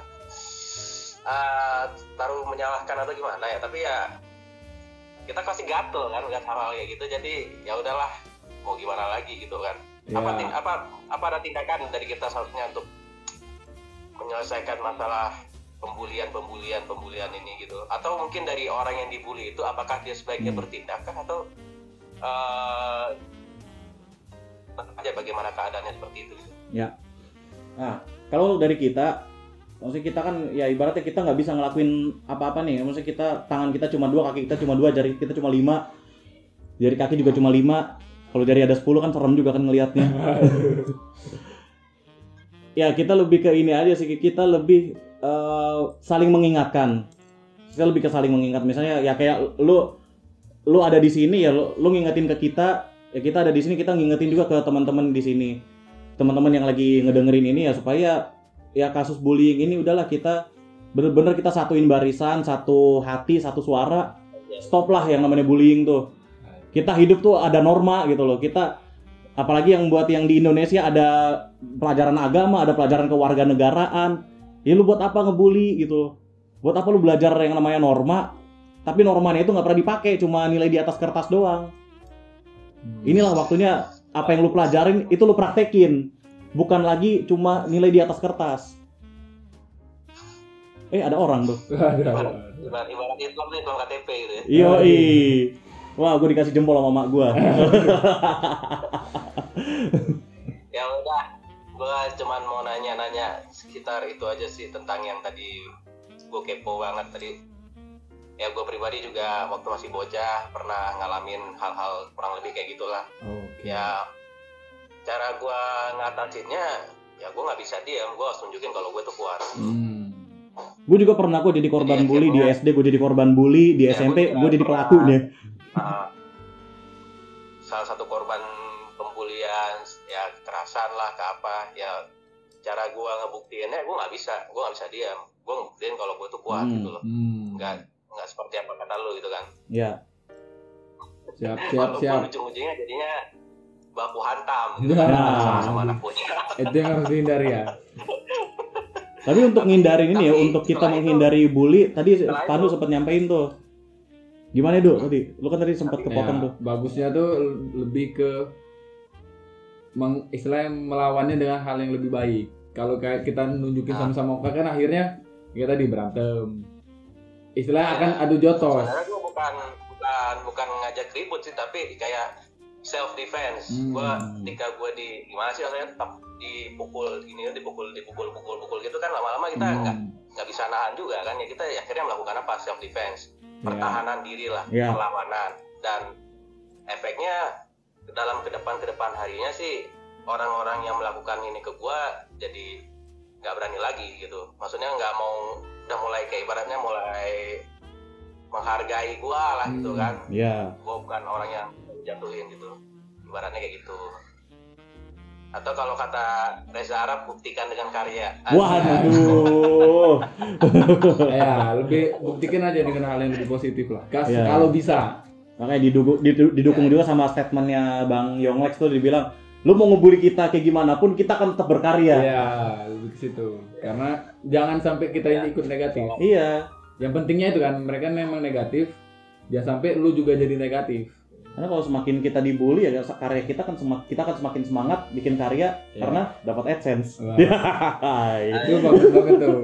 uh, taruh menyalahkan atau gimana ya, tapi ya kita pasti gatel kan lihat hal-hal kayak gitu, jadi ya udahlah mau gimana lagi gitu kan. Ya. Apa tin- apa apa ada tindakan dari kita seharusnya untuk menyelesaikan masalah pembulian-pembulian pembulian ini gitu, atau mungkin dari orang yang dibully itu apakah dia sebaiknya Hmm. bertindak kah atau uh, aja bagaimana keadaannya seperti itu. Ya. Nah, kalau dari kita, maksudnya kita kan ya ibaratnya kita nggak bisa ngelakuin apa-apa nih. Maksudnya kita tangan kita cuma dua, kaki kita cuma dua, jari kita cuma lima, jari kaki juga cuma lima. Kalau jari ada sepuluh kan serem juga kan ngelihatnya. Ya kita lebih ke ini aja sih, kita lebih uh, saling mengingatkan. Kita lebih ke saling mengingat. Misalnya ya kayak lu lu ada di sini ya, lu, lu ngingetin ke kita, ya kita ada di sini, kita ngingetin juga ke teman-teman di sini. Teman-teman yang lagi ngedengerin ini ya supaya ya kasus bullying ini udahlah kita bener-bener kita satuin barisan, satu hati, satu suara. Stop lah yang namanya bullying tuh. Kita hidup tuh ada norma gitu loh. Kita apalagi yang buat yang di Indonesia ada pelajaran agama, ada pelajaran kewarganegaraan. Ya lu buat apa ngebully gitu? Buat apa lu belajar yang namanya norma? Tapi normanya itu nggak pernah dipakai, cuma nilai di atas kertas doang. Inilah waktunya apa yang lu pelajarin itu lu praktekin, bukan lagi cuma nilai di atas kertas. Eh ada orang tuh. Ibarat ibarat Islam nih, Islam K T P gitu ya. Yoi. Wah, gue dikasih jempol sama mak gue. Ya udah, gue cuman mau nanya-nanya sekitar itu aja sih tentang yang tadi gue kepo banget tadi. Ya gue pribadi juga waktu masih bocah pernah ngalamin hal-hal kurang lebih kayak gitulah. Oh, Ya cara gue ngatasinnya, ya gue nggak bisa diam, gue harus tunjukin kalau gue tuh kuat. Hmm. gue juga pernah kok jadi korban Jadi, bully di akhirnya- S D, gue jadi korban bully di Ya, S M P, gua juga gue jadi pernah. pelakunya. Uh, salah satu korban pembulian, ya kekerasan lah ke apa, ya cara gue ngebuktiinnya gue nggak bisa, gue nggak bisa diam, gue ngebuktiin kalau gue tuh kuat Hmm. gitu loh, Hmm. nggak nggak seperti apa kata lu gitu kan. Ya, Siap, siap, siap. Walaupun ujung-ujungnya jadinya baku hantam gitu Nah. kan, sama-sama anak punya. Itu yang harus dihindari ya. tapi untuk ngindarin ini ya, Tapi untuk kita setelah itu- menghindari bully, tadi setelah Pandu itu- sempat nyampein tuh. Gimana Du tadi? Lu kan tadi sempat Tapi- kepotong tuh. Ya, bagusnya tuh lebih ke meng, istilahnya melawannya dengan hal yang lebih baik. Kalau kayak kita nunjukin Nah. sama-sama muka kan akhirnya kita tadi berantem. Istilahnya Ya, akan adu jotos. Sebenarnya gue bukan bukan bukan ngajak ribut sih, tapi kayak self defense. Hmm. Gue ketika gue di gimana sih rasanya tetap dipukul gini, dipukul dipukul pukul pukul gitu kan, lama-lama kita nggak Hmm. nggak bisa nahan juga kan, ya kita akhirnya melakukan apa, self defense, Ya. pertahanan diri lah, Ya. perlawanan, dan efeknya dalam ke depan ke depan harinya sih orang-orang yang melakukan ini ke gue jadi nggak berani lagi gitu, maksudnya nggak mau, udah mulai kayak ibaratnya mulai menghargai gue lah gitu Hmm. kan, Ya. gue bukan orang yang jatuhin gitu, ibaratnya kayak gitu. Atau kalau kata Reza Arab, buktikan dengan karya. Waduh. Ya, lebih buktikan aja dengan hal yang lebih positif lah. Kas, Ya. kalau bisa. Makanya didukung, didu- didukung juga sama statementnya Bang Yonglex tuh, dibilang lu mau ngebully kita kayak gimana pun kita akan tetap berkarya. Ya, lebih ke situ. Karena jangan sampai kita ini ikut negatif. Iya. Yang pentingnya itu kan mereka memang negatif, jangan sampai lu juga jadi negatif. Karena kalau semakin kita dibully ya karya kita kan semak, kita akan semakin semangat bikin karya Ya. karena dapat AdSense. Wah. Hai. Itu bagus banget tuh.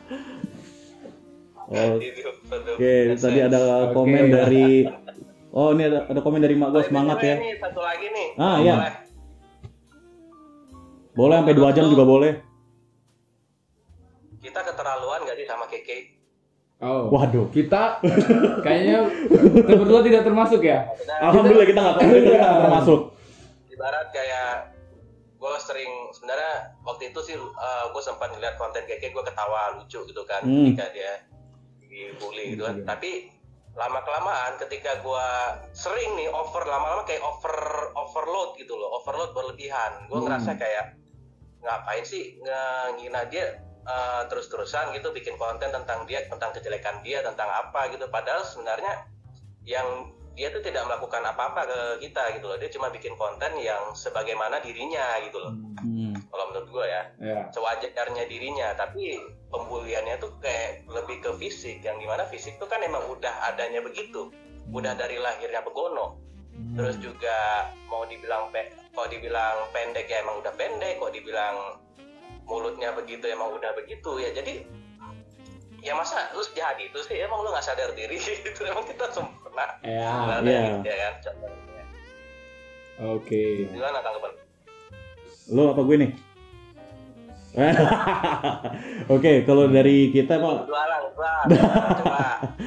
Oke, tadi ada Oke. komen dari Oh, ini ada, ada komen dari mak gue, semangat ya. Ini satu lagi nih. Ah, iya. Boleh. Boleh sampai dua jam juga boleh. Kita keterlaluan gak sih sama Keke? Oh. Waduh. Kita kayaknya kita berdua tidak termasuk ya. Maksudnya, Alhamdulillah kita nggak kita nggak termasuk. ibarat kayak gue sering, sebenarnya waktu itu sih gue sempat ngeliat konten Keke, gue ketawa lucu gitu kan, Hmm. ketika dia dibully gitu kan. Tapi lama kelamaan ketika gue sering nih over, lama-lama kayak over overload gitu loh, overload berlebihan. Gue Hmm. ngerasa kayak ngapain sih ngina dia uh, terus-terusan gitu, bikin konten tentang dia, tentang kejelekan dia, tentang apa gitu. Padahal sebenarnya yang dia tuh tidak melakukan apa-apa ke kita gitu loh. Dia cuma bikin konten yang sebagaimana dirinya gitu loh. Hmm. Kalau menurut gue ya, Ya. sewajarnya dirinya. Tapi pembuliannya tuh kayak lebih ke fisik, yang dimana fisik tuh kan emang udah adanya begitu, udah dari lahirnya begono. Terus juga mau dibilang pe, kalau dibilang pendek ya emang udah pendek, kok dibilang mulutnya begitu emang udah begitu ya. Jadi ya masa lu jahat itu sih, emang lu nggak sadar diri gitu, emang kita sempurna. Ya, iya. Ya kan, contohnya. Oke. Gimana tanggapan? Lo apa gue nih? Oke, kalau dari kita mau Jualan, jualan, coba.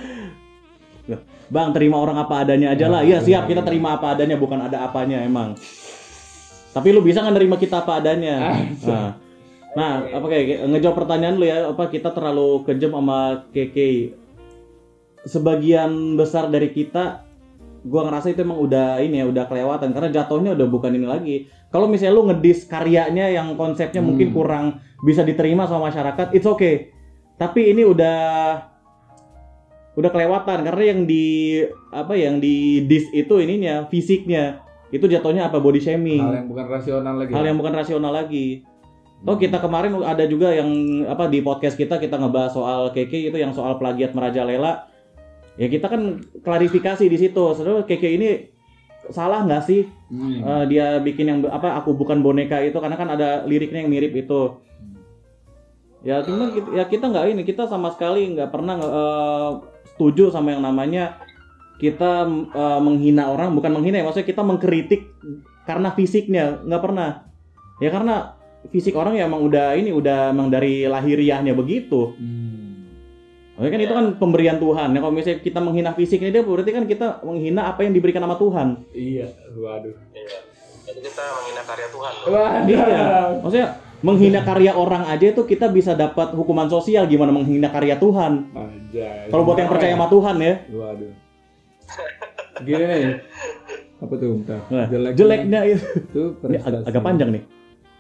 Bang, terima orang apa adanya aja lah. Iya, siap, kita terima apa adanya, bukan ada apanya emang. Tapi lu bisa nggak nerima kita apa adanya? Nah, nah apa kayak ngejawab pertanyaan lu ya, apa kita terlalu kejam sama Keke? Sebagian besar dari kita, gua ngerasa itu emang udah ini ya, udah kelewatan karena jatuhnya udah bukan ini lagi. Kalau misalnya lu ngedis karyanya yang konsepnya hmm. mungkin kurang bisa diterima sama masyarakat, it's okay. Tapi ini udah udah kelewatan karena yang di apa yang di dis itu ininya fisiknya itu jatuhnya apa, body shaming. Hal yang bukan rasional lagi. Hal yang bukan rasional lagi. Oh, kita kemarin ada juga yang apa di podcast kita kita ngebahas soal Keke itu yang soal plagiat merajalela. Ya kita kan klarifikasi di situ. Sebenarnya Keke ini salah nggak sih? Hmm. Uh, dia bikin yang apa aku bukan boneka itu karena kan ada liriknya yang mirip itu. Ya cuma ya kita nggak ini, kita sama sekali nggak pernah uh, setuju sama yang namanya kita uh, menghina orang, bukan menghina ya, maksudnya kita mengkritik karena fisiknya, nggak pernah. Ya karena fisik orang ya emang udah ini udah emang dari lahiriahnya begitu. Hmm. Oke kan itu kan pemberian Tuhan. Ya kalau misalnya kita menghina fisiknya dia berarti kan kita menghina apa yang diberikan sama Tuhan. Iya, waduh. Iya. Jadi kita menghina karya Tuhan. Waduh. Iya. Maksudnya menghina karya orang aja itu kita bisa dapat hukuman sosial, gimana menghina karya Tuhan. Anjay. Kalau buat yang percaya sama Tuhan ya. Waduh. Gini nih. Apa tuh? Bentar. Nah, jeleknya, jeleknya itu. Itu ag- agak panjang nih.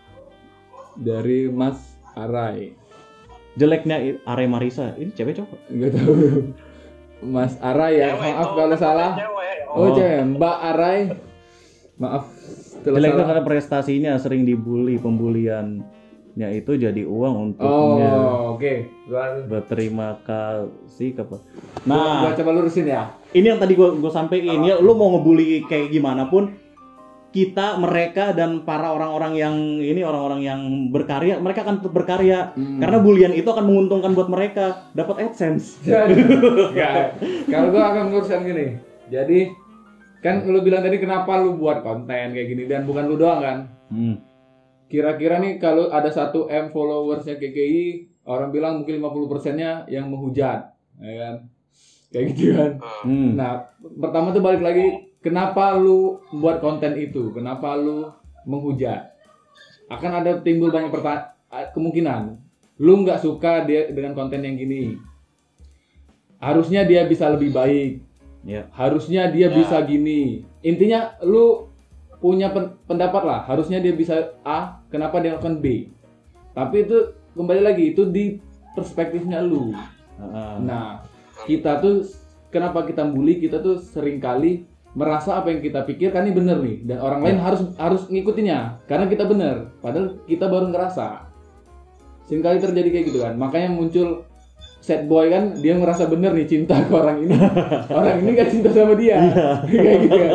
Dari Mas Arai. Jeleknya Arai Marisa. Ini cewek cowok? Enggak tahu. Mas Arai ya. Cewek, maaf kalau salah. Cewek. Oh, cewek. Mbak Arai. Maaf. Jeleknya karena prestasinya sering dibully, pembuliannya itu jadi uang untuknya. Oh, oke. Okay. Berterima kasih kepada. Nah, gua, gua coba lurusin ya. Ini yang tadi gua gua sampaikan, ya lu mau ngebully kayak gimana pun, kita, mereka dan para orang-orang yang ini orang-orang yang berkarya, mereka akan tetap berkarya. Hmm. Karena bulian itu akan menguntungkan buat mereka, dapat AdSense. Ya. Kalau gua akan ngurusin gini. Jadi kan lu bilang tadi kenapa lu buat konten kayak gini dan bukan lu doang kan? Hmm. Kira-kira nih kalau ada satu M followersnya K K I, orang bilang mungkin lima puluh persennya yang menghujat, ya kan? Kayak gitu kan. Hmm. Nah, pertama tuh balik lagi, kenapa lu buat konten itu? Kenapa lu menghujat? Akan ada timbul banyak pertanyaan, kemungkinan. Lu nggak suka dia dengan konten yang gini. Harusnya dia bisa lebih baik. Yeah. Harusnya dia yeah. bisa gini. Intinya lu punya pen- pendapat lah. Harusnya dia bisa A, kenapa dia lakukan B? Tapi itu kembali lagi itu di perspektifnya lu. Uh-huh. Nah, kita tuh kenapa kita bully? Kita tuh seringkali merasa apa yang kita pikirkan ini benar nih dan orang lain harus harus ngikutinnya karena kita benar. Padahal kita baru ngerasa. Seringkali terjadi kayak gitu kan. Makanya muncul sad boy kan, dia merasa bener nih cinta ke orang ini. Orang ini gak cinta sama dia. Kayak gitu kan.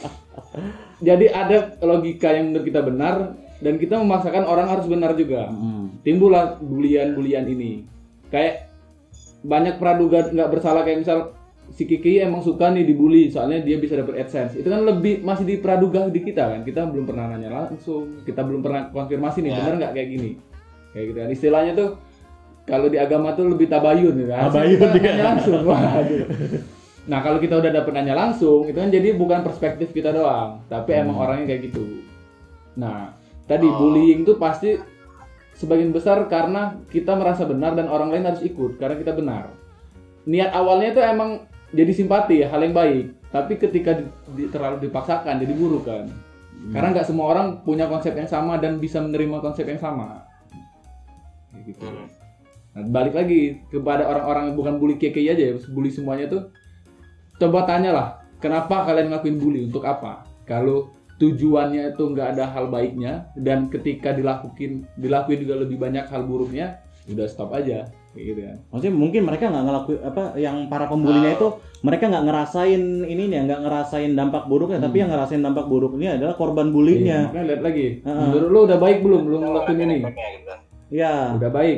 Jadi ada logika yang menurut kita benar dan kita memaksakan orang harus benar juga. Hmm. Timbullah bulian-bulian ini. Kayak banyak praduga nggak bersalah, kayak misal si Kiki emang suka nih dibully soalnya dia bisa dapat AdSense. Itu kan lebih masih di praduga di kita kan. Kita belum pernah nanya langsung, kita belum pernah konfirmasi nih yeah. benar nggak kayak gini. Kayak gitu kan. Istilahnya tuh kalau di agama tuh lebih tabayun kan. Tabayun dia. Nanya langsung. Waduh. Nah, kalau kita udah dapet nanya langsung, itu kan jadi bukan perspektif kita doang, tapi hmm. emang orangnya kayak gitu. Nah, tadi oh. bullying tuh pasti sebagian besar karena kita merasa benar dan orang lain harus ikut karena kita benar. Niat awalnya tuh emang jadi simpati, hal yang baik, tapi ketika di, di, terlalu dipaksakan jadi buruk kan. Hmm. Karena nggak semua orang punya konsep yang sama dan bisa menerima konsep yang sama. Kayak gitu. Nah, balik lagi kepada orang-orang yang bukan bully K K I aja ya, bully semuanya tuh, coba tanyalah, kenapa kalian ngelakuin bully, untuk apa? Kalau tujuannya itu nggak ada hal baiknya dan ketika dilakuin dilakuin juga lebih banyak hal buruknya, udah stop aja, kayak gitu kan. Maksudnya mungkin mereka nggak ngelakuin apa, yang para pembulinya oh. itu mereka nggak ngerasain ininya, nggak ngerasain dampak buruknya, hmm. tapi yang ngerasain dampak buruknya adalah korban bulinya. Iya, makanya lihat lagi, uh-huh. menurut lu udah baik belum, belum ngelakuin ini? Iya. Ya. Udah baik.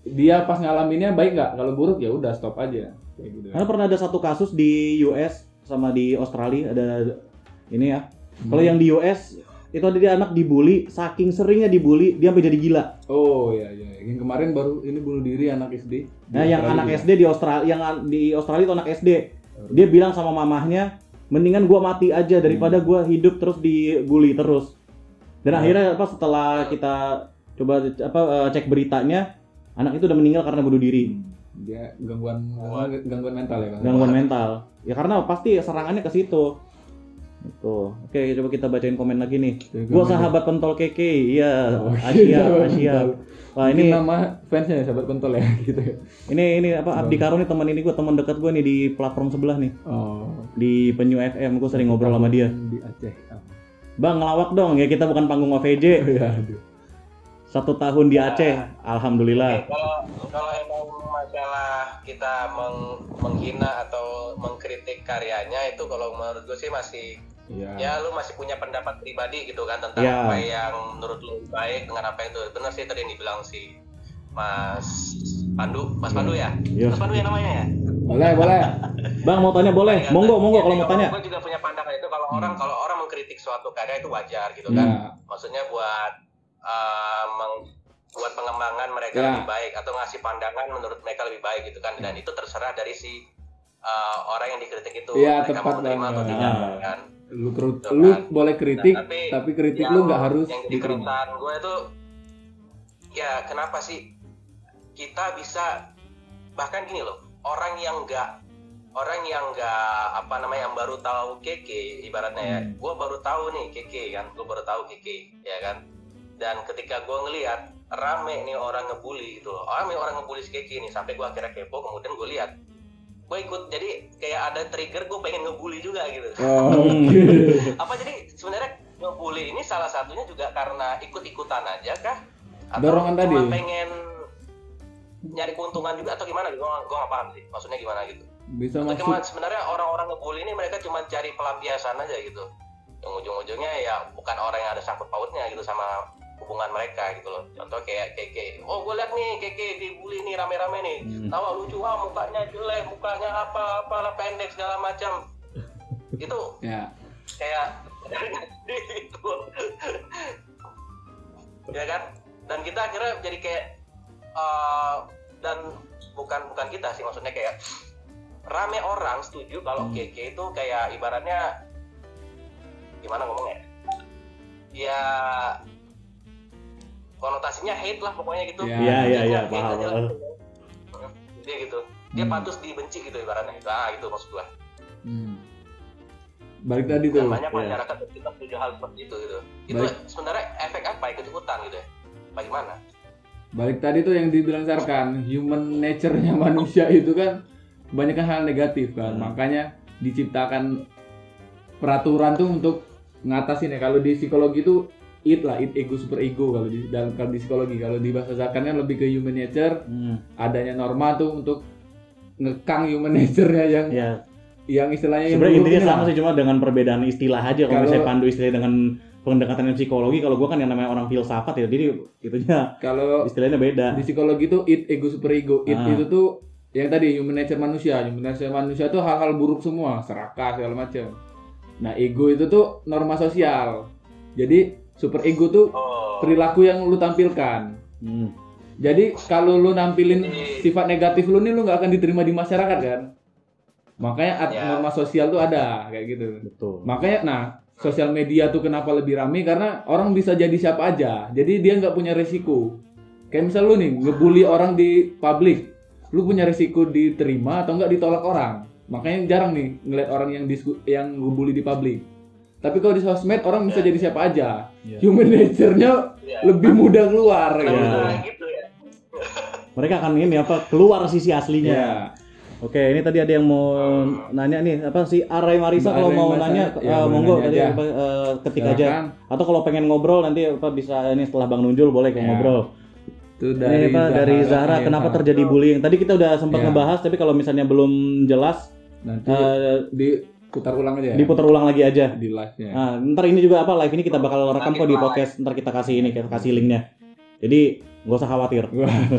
dia pas ngalaminnya baik nggak? Kalau buruk ya udah stop aja. Kayak gitu. Karena pernah ada satu kasus di U S sama di Australia ada ini ya. Hmm. Kalau yang di U S itu ada dia anak dibully, saking seringnya dibully dia sampai jadi gila. Oh iya iya. Yang kemarin baru ini bunuh diri anak S D. Nah, yang anak S D di Australia, yang di Australia itu anak S D. Dia bilang sama mamahnya, mendingan gua mati aja daripada gua hidup terus dibully terus. Dan akhirnya apa setelah kita coba apa cek beritanya, anak itu udah meninggal karena bunuh diri. Dia gangguan gangguan mental ya kan? Gangguan mental. Ya karena pasti serangannya ke situ. Itu. Oke, coba kita bacain komen lagi nih. Gua sahabat pentol Keke. Iya, Oh, Asia, Asia. Wah, ini nama fansnya ya, sahabat pentol ya gitu ya. Ini ini apa Abdi Karo nih teman ini gua, teman dekat gua nih di platform sebelah nih. Oh. Di Penyu F M gua sering ngobrol sama dia. Di Aceh. Bang, ngelawak dong ya, kita bukan panggung O V J. Iya, aduh. Satu tahun di Aceh, alhamdulillah. Oke, kalau kalau emang masalah kita meng, menghina atau mengkritik karyanya itu kalau menurut gue sih masih Iya. ya lu masih punya pendapat pribadi gitu kan tentang Ya. apa yang menurut lu baik dengan apa yang itu benar sih tadi yang dibilang si Mas Pandu, Mas Pandu ya? Iya. Mas Pandu ya namanya ya? Boleh, boleh. Bang mau tanya boleh, monggo monggo kalau mau tanya. Gue juga punya pandangan itu kalau orang kalau orang mengkritik suatu karya itu wajar gitu Ya. kan. Maksudnya buat uh, meng, buat pengembangan mereka Ya. lebih baik atau ngasih pandangan menurut mereka lebih baik gitu kan. Dan itu terserah dari si uh, orang yang dikritik itu Iya, mereka tepat mau terima atau banget. tidak Ah. kan. Lu kerut, Tuh, lu kan. boleh kritik, Nah, tapi tapi kritik yang- lu nggak harus yang jadi diterima. keresahan gue itu ya kenapa sih kita bisa bahkan gini loh orang yang nggak orang yang nggak apa namanya yang baru tahu Keke ibaratnya ya Hmm. gue baru tahu nih Keke kan gue baru tahu Keke ya kan dan ketika gue ngelihat rame nih orang ngebully gitu loh rame orang ngebully si Keke nih sampai gue akhirnya kepo kemudian gue lihat gue ikut jadi kayak ada trigger gue pengen ngebully juga gitu Oh, oke. apa jadi sebenarnya ngebully ini salah satunya juga karena ikut-ikutan aja kah? Atau Dorongan cuma tadi. pengen nyari keuntungan juga atau gimana? Gue gue nggak paham sih. Maksudnya gimana gitu? Bisa Atau masuk. cuma sebenarnya orang-orang ngebully ini mereka cuma cari pelampiasan aja gitu. Yang ujung-ujungnya ya bukan orang yang ada sangkut pautnya gitu sama hubungan mereka gitu loh. Contoh kayak Keke. Oh gue liat nih Keke dibully nih rame-rame nih. Hmm. Tawa lucu ah mukanya jelek, mukanya apa apalah pendek segala macam. Itu Ya. kayak gitu ya kan dan kita akhirnya jadi kayak uh, dan bukan bukan kita sih maksudnya kayak rame orang setuju kalau Hmm. Keke itu kayak ibaratnya gimana ngomongnya ya konotasinya hate lah pokoknya gitu Ya. Iya iya iya, Hate paham. aja lah. paham. dia gitu dia Hmm. patut dibenci gitu ibaratnya gitu ah gitu maksud gua Hmm. Balik tadi tuh. dan banyak Iya. masyarakat kita setuju hal seperti itu gitu itu Baik. sebenarnya efek apa ikut-ikutan gitu ya bagaimana Balik tadi tuh yang dibilang Sarkan, human nature-nya manusia itu kan kebanyakan hal negatif kan. Hmm. Makanya diciptakan peraturan tuh untuk ngatasin ya. Kalau di psikologi itu it lah, it ego super ego kalau di dalam kalau di psikologi. Kalau di bahasa Sarkan kan lebih ke human nature, Hmm. adanya norma tuh untuk ngekang human nature-nya yang Ya, yang istilahnya yang sebenarnya buruk intinya ini sama lah. sih cuma dengan perbedaan istilah aja. Kalau Kalau- misalnya Pandu istilahnya dengan pendekatan psikologi, kalau gua kan yang namanya orang filsafat ya, jadi itunya Kalau istilahnya beda. di psikologi itu it ego super ego. It Ah. itu tuh yang tadi human nature manusia. Human nature manusia tuh hal-hal buruk semua, serakah segala macam. Nah, ego itu tuh norma sosial. Jadi super ego tuh oh perilaku yang lu tampilkan. Hmm. Jadi kalau lu nampilin Jadi- sifat negatif lu nih lu nggak akan diterima di masyarakat kan. Makanya at- Ya. norma sosial tuh ada kayak gitu. Betul. Makanya nah sosial media tuh kenapa lebih ramai karena orang bisa jadi siapa aja. Jadi dia nggak punya resiko. Kayak misal lu nih ngebully orang di publik, lu punya resiko diterima atau nggak ditolak orang. Makanya jarang nih ngeliat orang yang disku, yang ngebully di publik. Tapi kalau di sosmed orang bisa jadi siapa aja. Ya. Human nature-nya ya. lebih mudah keluar Kenapa gitu. bisa kayak gitu ya Mereka akan ini apa keluar sisi aslinya. Ya. Oke, ini tadi ada yang mau nanya nih apa sih Aray Marisa Mbak kalau Aray mau Marisa, nanya ya, eh, boleh monggo nanya tadi aja. apa, eh, ketik Silakan. aja. Atau kalau pengen ngobrol nanti apa bisa ini setelah Bang Nunjul boleh kayak Ya. ngobrol. Itu Ini apa dari Zahra ya, kenapa Zahra. terjadi bullying? Tadi kita udah sempat Ya. ngebahas tapi kalau misalnya belum jelas Nanti eh, diputar ulang aja ya. diputar ulang lagi aja. di live-nya. Nah, ntar ini juga apa live ini kita bakal rekam Nanti kok di live. podcast. Ntar kita kasih ini kita kasih linknya. Jadi nggak usah khawatir. Waduh.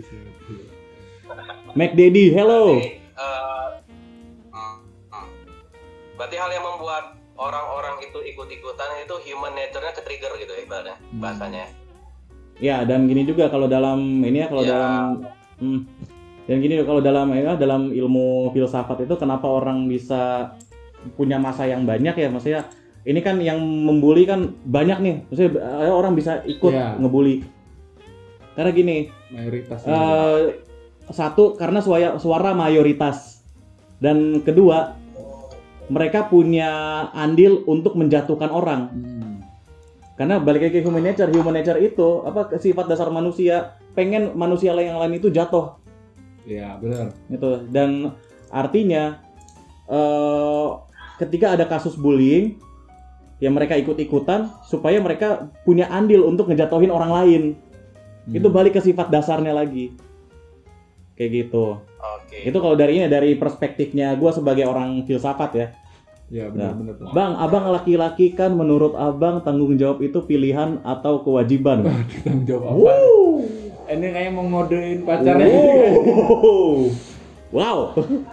Mac Daddy, hello. Berarti, uh, hmm, hmm. berarti hal yang membuat orang-orang itu ikut-ikutan itu human nature-nya ke-trigger gitu ya ibaratnya bahasanya. Ya, dan gini juga kalau dalam ini ya kalau Ya. dalam hmm, dan gini kalau dalam ya, dalam ilmu filsafat itu kenapa orang bisa punya masa yang banyak ya, maksudnya ini kan yang membuli kan banyak nih, maksudnya eh, orang bisa ikut Ya. ngebully. Karena gini, Mayoritas. eh, satu karena suara, suara mayoritas, dan kedua mereka punya andil untuk menjatuhkan orang. Hmm. Karena balik lagi ke human nature, human nature itu apa sifat dasar manusia, pengen manusia yang lain itu jatuh. Ya, benar. Gitu. Dan artinya eh, ketika ada kasus bullying, ya mereka ikut-ikutan supaya mereka punya andil untuk ngejatuhin orang lain. Hmm. Itu balik ke sifat dasarnya lagi. Kayak gitu. Oke. Itu kalau dari ini dari perspektifnya gue sebagai orang filsafat ya. Ya, Nah, benar-benar. Bang, abang laki-laki kan menurut abang tanggung jawab itu pilihan atau kewajiban? Tanggung jawab apa? Ini kayak mau ngodein pacarnya. Wow. Wow.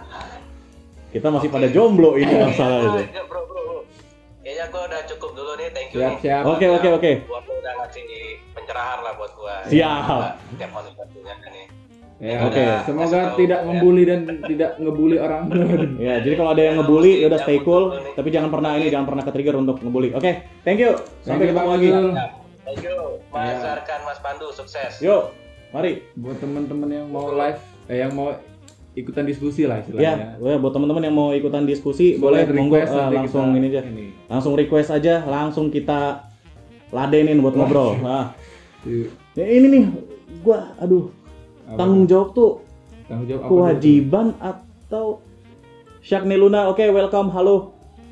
Kita masih pada jomblo ini masalah itu. Ya, bro, bro, bro. Kayaknya gue udah cukup dulu nih, thank you Siap, nih. siap. Oke, oke, oke. Buat lo udah ngasih pencerahan lah buat gue. Siap. Tiap motivasinya nih. Ya, Oke. udah. Semoga tidak membuli dan tidak ngebully orang. Ya, jadi kalau ada yang ngebully, ya udah stay cool, tapi jangan pernah ini, jangan pernah ke-trigger untuk ngebully. Oke, thank you. Sampai Thank you, ketemu Bang lagi. Zul. Thank you, Mas Ya. Arkan, Mas Pandu, sukses. Yuk, mari. Buat teman-teman yang mau live, eh yang mau ikutan diskusi lah Ya, istilahnya. ya, buat teman-teman yang mau ikutan diskusi, boleh monggo request eh, nanti langsung kita ini aja. ini. Langsung request aja, langsung kita ladenin buat ngobrol. Nah, Di- ya ini nih, gua aduh, apa? tanggung jawab tuh Tanggung jawab apa dulu? kewajiban atau Syakni Luna, oke welcome, halo.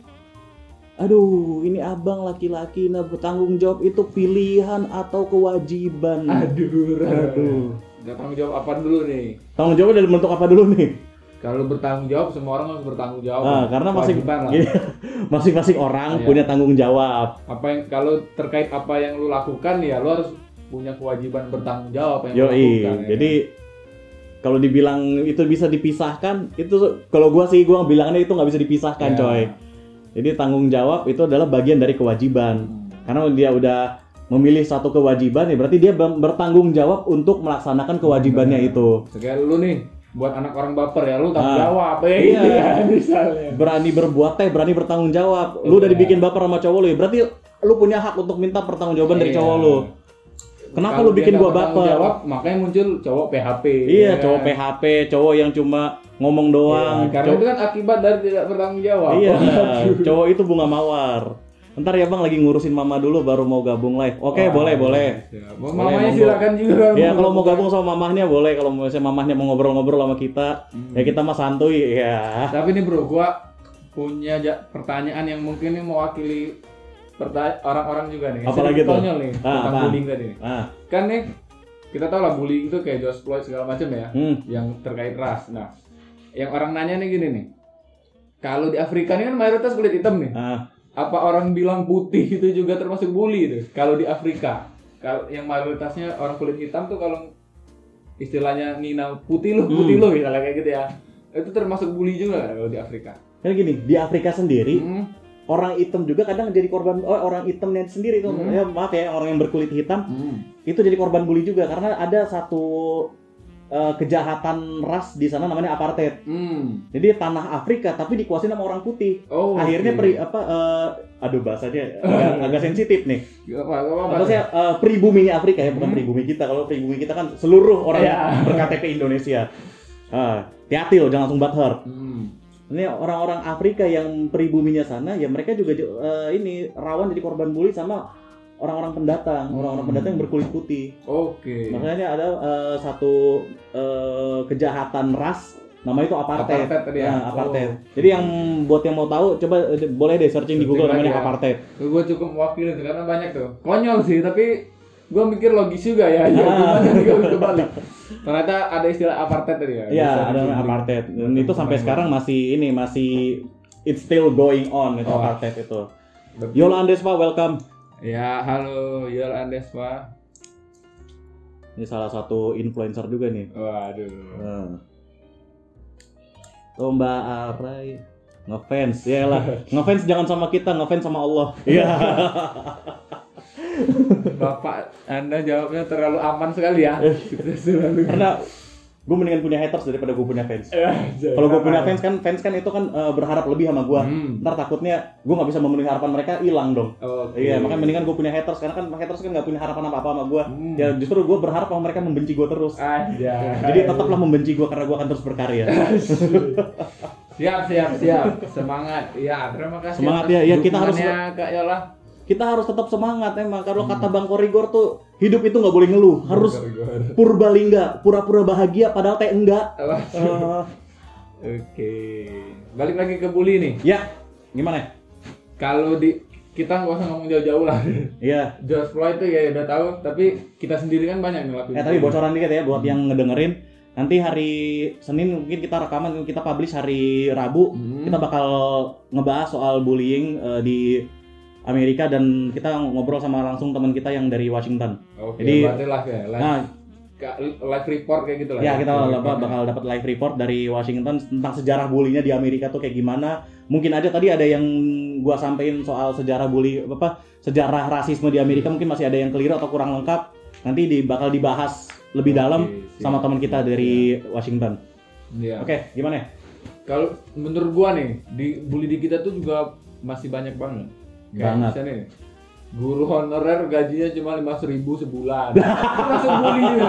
Aduh, ini abang laki-laki, nah bertanggung jawab itu pilihan atau kewajiban? Aduh, Aduh. Nggak tanggung jawab apa dulu nih? Tanggung jawabnya dalam bentuk apa dulu nih? Kalau bertanggung jawab, semua orang harus bertanggung jawab. Ah, karena masing, Kewajiban lah. gini, masing-masing orang Iya. punya tanggung jawab. Apa yang kalau terkait apa yang lu lakukan ya, lu harus punya kewajiban bertanggung jawab apa yang lu Yoi, lakukan. ya jadi kalau dibilang itu bisa dipisahkan, itu kalau gua sih gua bilangnya itu nggak bisa dipisahkan, Ya. coy. Jadi tanggung jawab itu adalah bagian dari kewajiban. Hmm. Karena dia udah memilih satu kewajiban, ya berarti dia ber- bertanggung jawab untuk melaksanakan kewajibannya Bener. itu. Kayak lu nih, buat anak orang baper ya, lu tanggung Ah. jawab ya, Iya. gitu kan, misalnya. Berani berbuat teh, berani bertanggung jawab. Lu udah Iya. dibikin baper sama cowok lu, ya berarti lu punya hak untuk minta pertanggungjawaban dari Iya. cowok lu. Kenapa Kalau lu bikin dia gua nggak bertanggung baper? jawab, makanya muncul cowok P H P. Iya, ya cowok kan? P H P, cowok yang cuma ngomong doang. Iya, karena Cowok- itu kan akibat dari tidak bertanggung jawab. Iya, Waduh. cowok itu bunga mawar. Ntar ya bang lagi ngurusin mama dulu baru mau gabung live. Oke, Wah, boleh, boleh. siap. Boleh, Mamanya monggo. silakan juga. Ya kalau mau gabung sama mamahnya boleh. Kalau misalnya mamahnya mau ngobrol-ngobrol sama kita, Hmm. ya kita mah santuy ya. Tapi nih bro, gua punya ja- pertanyaan yang mungkin ini mewakili perta- orang-orang juga nih. Apalagi Sedikit tuh? konyol nih Ah, tentang apaan? bullying tadi nih. Ah, Kan nih kita tahu lah bullying itu kayak George Floyd segala macam ya, hmm. yang terkait ras. Nah, yang orang nanya nih gini nih. Kalau di Afrika ini kan mayoritas kulit hitam nih. ah. Apa orang bilang putih itu juga termasuk bully itu? Kalau di Afrika, kalau yang mayoritasnya orang kulit hitam tuh kalau istilahnya ngina putih lu, putih Hmm. lu misalnya kayak gitu ya. Itu termasuk bully juga nggak kalau di Afrika? Kan gini, di Afrika sendiri Hmm. orang hitam juga kadang jadi korban. Oh, orang hitamnya sendiri tuh. Hmm. Ya, maaf ya, orang yang berkulit hitam Hmm. itu jadi korban bully juga karena ada satu eh, kejahatan ras di sana namanya apartheid. Hmm. Jadi tanah Afrika tapi dikuasain sama orang putih. Oh, Akhirnya oke. peri, apa eh, aduh bahasanya agak, agak sensitif nih. Gak apa, gak apa. Apa sih eh, pribuminya Afrika ya, bukan Hmm. pribumi kita. Kalau pribumi kita kan seluruh orang Iya. ber-K T P Indonesia. Ah, hati-hati loh, jangan langsung butthurt. Hmm. Ini orang-orang Afrika yang pribuminya sana ya mereka juga eh, ini rawan jadi korban bully sama orang-orang pendatang, Hmm. orang-orang pendatang yang berkulit putih. Oke. Makanya ada eh, satu eh, kejahatan ras namanya itu apartheid. Apartheid tadi ya? Nah, apartheid. Oh. Jadi yang buat yang mau tahu coba eh, boleh deh searching di Searching Google lagi namanya ya. apartheid. Gue cukup mewakili tuh, karena banyak tuh. Konyol sih, tapi gue mikir logis juga ya. Ya Ah. gimana nih kalau kebalik. Ternyata ada istilah apartheid tadi ya. Iya, Bisa ada namanya di- apartheid. Dan di- itu sampai di- sekarang masih ini masih it's still going on itu Oh. apartheid itu. Berarti- Yola Andespa welcome. Ya, halo Yol Andespa. Ini salah satu influencer juga nih. Waduh. Nah. Oh Mbak Arai ngefans, ya lah. Ngefans jangan sama kita, ngefans sama Allah. Iya. Bapak, Anda jawabnya terlalu aman sekali ya. Selalu. Karena gue mendingan punya haters daripada gue punya fans. Kalau gue punya fans kan, fans kan itu kan uh, berharap lebih sama gue. Hmm. Ntar takutnya gue nggak bisa memenuhi harapan mereka, hilang dong. Okay. Iya, makanya mendingan gue punya haters karena kan haters kan nggak punya harapan apa apa sama gue. Hmm. Ya justru gue berharap sama mereka membenci gue terus. Aja. Jadi tetaplah membenci gue karena gue akan terus berkarya. Siap, siap, siap. Semangat. Ya, terima kasih. Semangat ya. Ya kita harus Kak Yola. Kita harus tetap semangat emang. Kalau hmm. kata Bang Korigor tuh hidup itu nggak boleh ngeluh, harus purbalingga, pura-pura bahagia padahal teh enggak. uh. Oke, okay. Balik lagi ke bully nih. Ya, gimana? Kalau di kita nggak usah ngomong jauh-jauh lah. Iya. George Floyd tuh ya udah tahu, tapi kita sendiri kan banyak ngelakuin. Eh tapi bocoran dikit ya buat hmm. yang ngedengerin. Nanti hari Senin mungkin kita rekaman, kita publish hari Rabu, hmm. kita bakal ngebahas soal bullying uh, di Amerika dan kita ngobrol sama langsung teman kita yang dari Washington. Oke, jadi berarti live ya, live, nah, live report kayak gitu lah. Ya, kita report, bakal dapat live report dari Washington tentang sejarah bullynya di Amerika tuh kayak gimana. Mungkin aja tadi ada yang gua sampein soal sejarah bully apa sejarah rasisme di Amerika mungkin masih ada yang keliru atau kurang lengkap. Nanti di, bakal dibahas lebih dalam Oke, sama teman kita dari ya. Washington. Ya. Oke, gimana? Kalau menurut gua nih, di bully di kita tuh juga masih banyak banget. Kayak banget. Misalnya, guru honorer gajinya cuma lima ratus ribu sebulan. Langsung bully ya.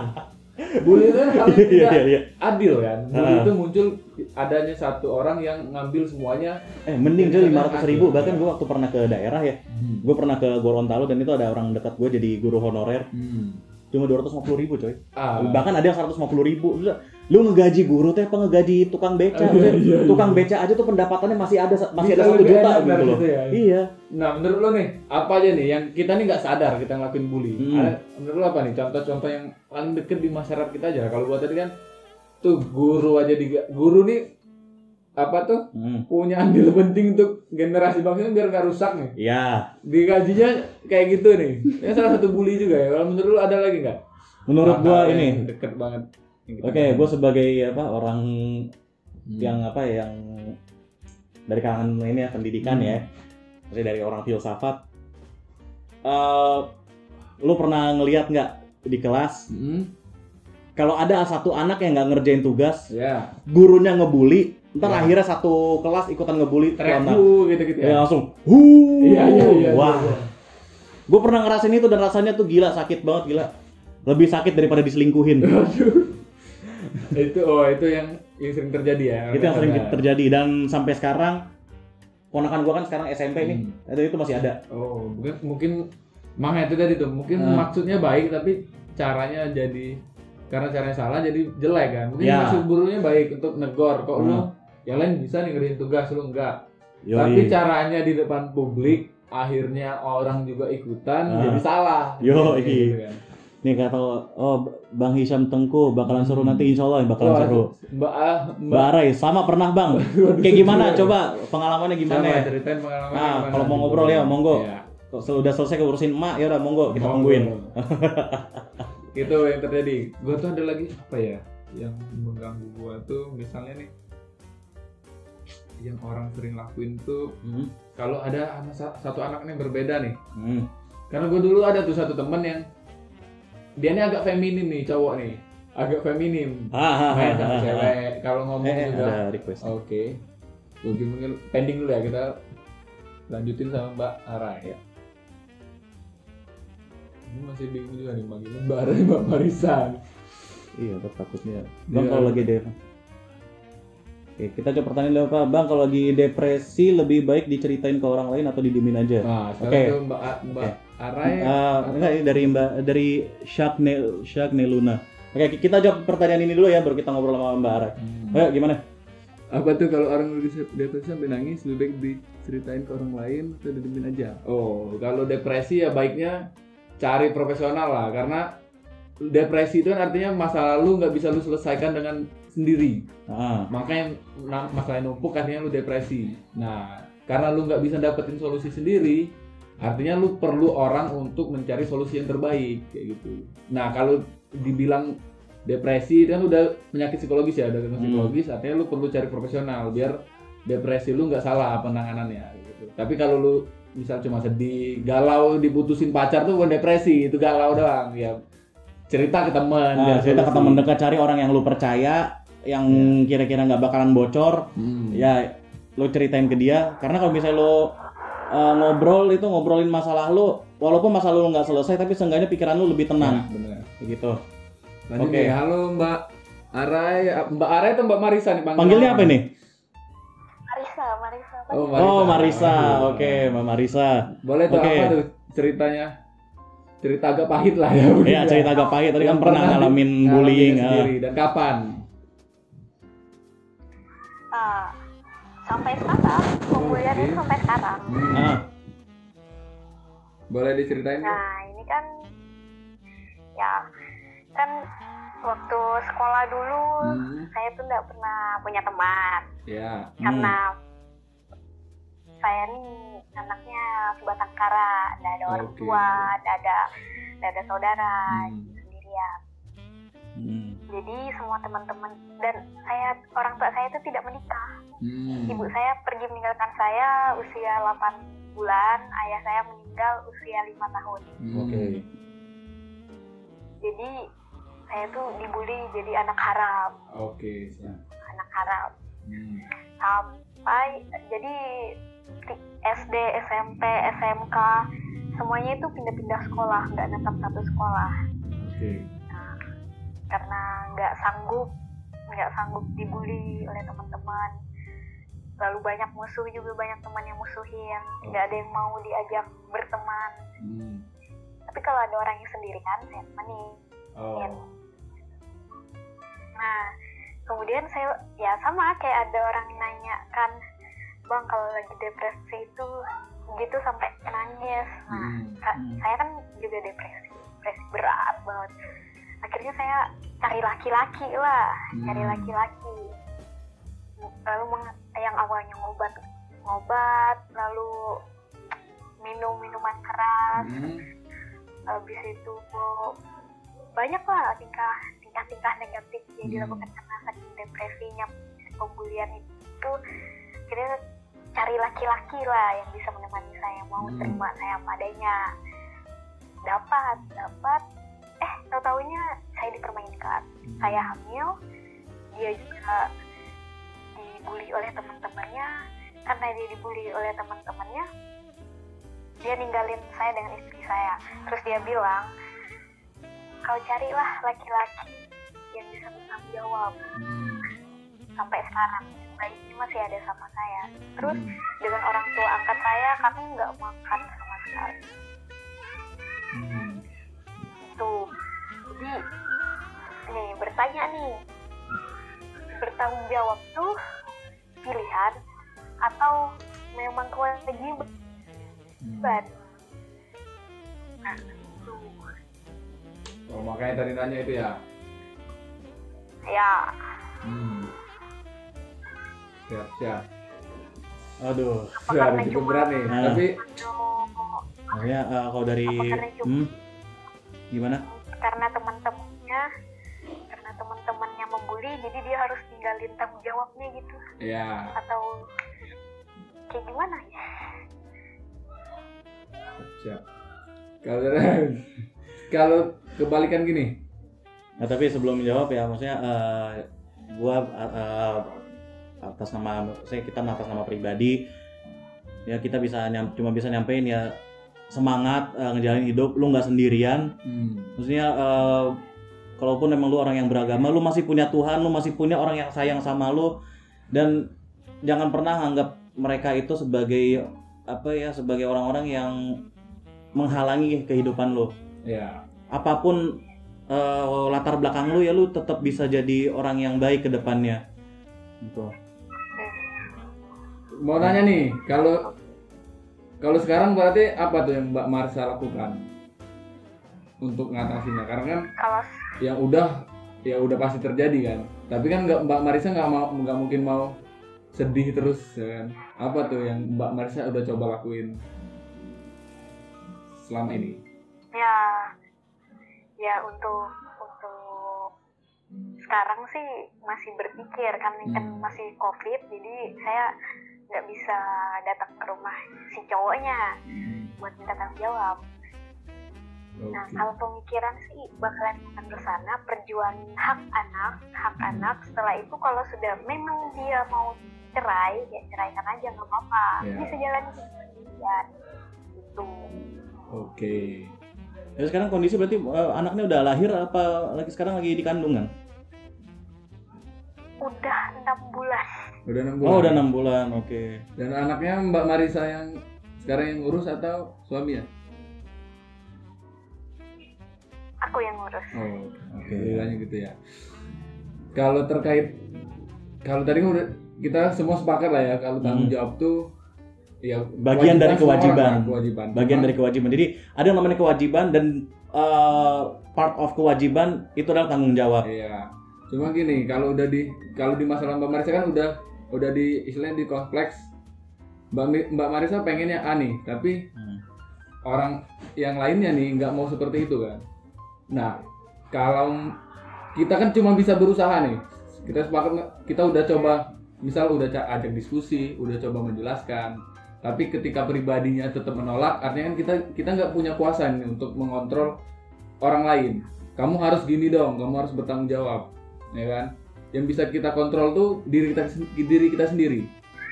Bully itu hal yang tidak adil kan. Bully itu muncul adanya satu orang yang ngambil semuanya. Eh mending aja lima ratus ribu. Bahkan gue waktu pernah ke daerah ya, hmm. gue pernah ke Gorontalo dan itu ada orang dekat gue jadi guru honorer. Hmm. Cuma dua ratus lima puluh ribu coy. Ah. Bahkan ada yang seratus lima puluh ribu. Lu ngegaji guru teh apa ngegaji tukang beca? Oh, iya, iya, tukang beca aja tuh pendapatannya masih ada masih bisa ada satu juta gitu loh. Gitu ya. Iya. Nah menurut lo nih apa aja nih yang kita nih nggak sadar kita ngelakuin bully? Hmm. Ada, menurut lo apa nih contoh-contoh yang paling deket di masyarakat kita aja? Kalau buat tadi kan tuh guru aja di guru nih apa tuh hmm. punya andil penting untuk generasi bangsa biar nggak rusak nih. Iya. Digajinya kayak gitu nih. Ya salah satu bully juga ya. Kalau menurut lo ada lagi nggak? Menurut nah, gua ini deket banget. Oke, okay, gue sebagai apa orang hmm. yang apa yang dari kalangan ini ya pendidikan hmm. ya, jadi dari orang filsafat. Uh, lu pernah ngelihat nggak di kelas? Hmm. Kalau ada satu anak yang nggak ngerjain tugas, yeah. gurunya ngebully, ntar yeah. akhirnya satu kelas ikutan ngebully, teriak gitu-gitu ya. Ya langsung, huh, iya, iya, iya, wah. Iya, iya. Gue pernah ngerasain itu dan rasanya tuh gila, sakit banget gila. Lebih sakit daripada diselingkuhin. itu oh itu yang yang sering terjadi ya. Itu yang sering ada. terjadi dan sampai sekarang ponakan gua kan sekarang S M P hmm. nih, itu itu masih ada. Oh, mungkin mungkin makanya itu tadi tuh, mungkin hmm. maksudnya baik tapi caranya jadi karena caranya salah jadi jelek kan. Mungkin ya. maksud gurunya baik untuk negor, kok hmm. lu yang lain bisa nih ngerjain tugas lu enggak. Yoi. Tapi caranya di depan publik akhirnya orang juga ikutan hmm. jadi salah. Yo, gitu kan. Nih kata oh Bang Hisham Tengku bakalan seru nanti insya Allah bakalan oh, seru. Mbak Mbak Arai sama pernah Bang. Kayak gimana coba pengalamannya gimana? Coba ceritain pengalamannya. Nah, kalau mau ngobrol ya monggo. Iya. Kalau udah selesai ngurusin emak ya udah monggo kita tungguin. Itu yang terjadi. Gua tuh ada lagi apa ya yang mengganggu gua tuh misalnya nih yang orang sering lakuin tuh hmm. kalau ada anak satu anak yang berbeda nih. Hmm. Karena gua dulu ada tuh satu teman yang dia ini agak feminim nih cowok nih, agak feminim, main sama cewek. Kalau ngomong eh, juga, oke. Okay. Mungkin pending dulu ya kita lanjutin sama Mbak Arai ya. Ini masih bingung juga nih manggilnya Mbak Arai, Mbak Marisa. Iya, takutnya. Bang kalau lagi deh. Oke, kita coba pertanyaan dulu Pak. Bang kalau lagi depresi lebih baik diceritain ke orang lain atau didiemin aja? Nah, sekarang okay. tuh Mbak Mbak okay. Arai uh, enggak ini dari Mbak dari Syak Ne Syak Neluna. Oke, kita jawab pertanyaan ini dulu ya baru kita ngobrol sama Mbak Arai. Hmm. Ayo gimana? Apa tuh kalau orang depresi sampai nangis lebih baik diceritain ke orang lain atau didiemin aja? Oh, kalau depresi ya baiknya cari profesional lah karena depresi itu kan artinya masa lalu nggak bisa lu selesaikan dengan sendiri. Ah. Makanya masalah numpuk akhirnya lu depresi. Nah, karena lu nggak bisa dapetin solusi sendiri, Artinya lu perlu orang untuk mencari solusi yang terbaik kayak gitu. Nah, kalau dibilang depresi itu kan udah penyakit psikologis ya, udah gangguan Hmm. psikologis, artinya lu perlu cari profesional biar depresi lu nggak salah penanganannya gitu. Tapi kalau lu misal cuma sedih, galau, diputusin pacar tuh bukan depresi, itu galau doang ya. Cerita ke teman, Nah, biar cerita ke solusi. teman dekat, cari orang yang lu percaya, yang kira-kira nggak bakalan bocor. Hmm. Ya, lu ceritain ke dia. Karena kalau misalnya lu uh, ngobrol itu ngobrolin masalah lu, walaupun masalah lu nggak selesai, tapi seenggaknya pikiran lu lebih tenang. Nah, bener. Kayak gitu. Lanjut Oke. nih, halo Mbak Arai, Mbak Arai atau Mbak Marisa nih panggilan? Panggilnya apa nih? Marisa, Marisa. Oh, Oh, Marisa. Oke, Mbak Marisa. Boleh tuh Oke. apa tuh ceritanya? Cerita agak pahit lah ya. Iya, cerita agak pahit. Tadi kan Yang pernah ngalamin bullying. ah. sendiri. Dan kapan? Ah, sampai sekarang, pembulian itu sampai sekarang. Hmm. Ah, Boleh diceritain? Bu? Nah, ini kan, ya, kan waktu sekolah dulu, Hmm. saya tuh nggak pernah punya teman. Ya. Karena saya nih anaknya sebatang kara, nggak ada orang Oke. tua, nggak ada, nggak ada saudara, Hmm. sendirian. hmm. Jadi semua teman-teman, dan saya, orang tua saya itu tidak menikah. Hmm. Ibu saya pergi meninggalkan saya usia delapan bulan, ayah saya meninggal usia lima tahun. Hmm. Oke. Jadi saya tuh dibully jadi anak haram, Oke, siap. anak haram. Hmm. Sampai jadi S D, S M P, S M K, semuanya itu pindah-pindah sekolah, nggak tetap satu sekolah. Oke. Nah, karena nggak sanggup, nggak sanggup dibully oleh teman-teman. Lalu banyak musuh juga, banyak teman yang musuhin, nggak ada yang mau diajak berteman. Hmm. Tapi kalau ada orang yang sendirian, saya temenin. Oh. Nah, kemudian saya, ya sama kayak ada orang nanya kan, bang kalau lagi depresi itu gitu sampai nangis. Nah, Hmm. ka- Hmm. saya kan juga depresi, depresi berat banget. Akhirnya saya cari laki-laki lah, cari Hmm. laki-laki. Lalu meng- yang awalnya ngobat, ngobat, lalu minum minuman keras. Hmm. Habis itu banyak lah tingkah tingkah-tingkah negatif yang Hmm. dilakukan karena saking depresinya, pembulian itu. Kita cari laki-laki lah yang bisa menemani saya, mau Hmm. terima saya padanya. Dapat, dapat. Eh, tahu-taunya saya dipermainkan. Saya hamil, dia juga dibully oleh teman-temannya. Karena dia dibully oleh teman-temannya, dia ninggalin saya dengan istri saya. Terus dia bilang, kau carilah laki-laki yang bisa bertanggung jawab. Hmm. Sampai sekarang bayinya masih ada sama saya. Terus Hmm. dengan orang tua angkat saya, kami nggak makan sama sekali. Hmm. Tuh, jadi nih bertanya nih, bertanggung jawab tuh pilihan atau memang kewajiban? Hmm. Nah, tuh. Oh, makanya tadi nanya itu ya. Ya, Hmm. Siap, siap. Aduh. Sudah karena cukup cuma- berat nih. Nah. Tapi aduh, Oh ya, uh, kalau dari Apa karena cuma- hmm, gimana? karena teman-temannya, karena teman-temannya membuli, jadi dia harus tinggalin tanggung jawabnya gitu. ya. Atau kayak gimana ya? Siap. Kalau kalau kebalikan gini. Nah, tapi sebelum menjawab ya, maksudnya uh, gua uh, atas nama saya kita atas nama pribadi ya kita bisa nyam, cuma bisa nyampein ya semangat uh, ngejalanin hidup, lu nggak sendirian. Hmm. Maksudnya uh, kalaupun emang lu orang yang beragama, lu masih punya Tuhan, lu masih punya orang yang sayang sama lu, dan jangan pernah anggap mereka itu sebagai apa ya, sebagai orang-orang yang menghalangi kehidupan lu. Ya. Apapun uh, latar belakang lu ya, lu tetap bisa jadi orang yang baik ke depannya. Gitu. Mau nanya nih, kalau kalau sekarang berarti apa tuh yang Mbak Marisa lakukan untuk ngatasinya? Karena kan Kalau yang udah ya udah pasti terjadi kan. Tapi kan nggak, Mbak Marisa nggak mau, nggak mungkin mau sedih terus ya kan. Apa tuh yang Mbak Marisa udah coba lakuin? selama ini? Ya, ya untuk untuk sekarang sih masih berpikir kan ini kan Hmm. masih COVID, jadi saya nggak bisa datang ke rumah si cowoknya Hmm. buat minta tanggung jawab. Nah, Oke. kalau pemikiran sih bakalan akan ke sana, perjuangan hak anak, hak Hmm. anak. Setelah itu kalau sudah memang dia mau cerai, ya ceraikan aja, nggak apa-apa. Ya. Bisa jalan sendirian. Gitu. Oke. Ya, sekarang kondisi berarti eh, anaknya udah lahir apa lagi sekarang lagi di kandungan? Udah enam bulan. Udah enam bulan. Oh, udah enam bulan. Oke. Dan anaknya Mbak Marisa yang sekarang yang ngurus atau suami ya? Aku yang ngurus. Oh, Oke. Alhamdulillahnya gitu ya. Kalau terkait, kalau tadi kan udah kita semua sepakat lah ya kalau tanggung Hmm. jawab tuh ya Bagian dari semua orang kewajiban. lah, kewajiban. Bagian Cuma- dari kewajiban. Jadi ada yang namanya kewajiban dan eh, part of kewajiban itu adalah tanggung jawab. Iya. Cuma gini, kalau udah di kalau di masalah Mbak Marisa kan udah udah di istilahnya di kompleks Mbak Mi- Mbak Marisa pengennya A nih, tapi Hmm. orang yang lainnya nih nggak mau seperti itu kan. Nah, kalau kita kan cuma bisa berusaha nih. Kita sepakat kita udah coba misal udah ca- ajak diskusi, udah coba menjelaskan. Tapi ketika pribadinya tetap menolak, artinya kan kita kita nggak punya kuasa nih untuk mengontrol orang lain. Kamu harus gini dong, kamu harus bertanggung jawab, ya kan? Yang bisa kita kontrol tuh diri kita diri kita sendiri.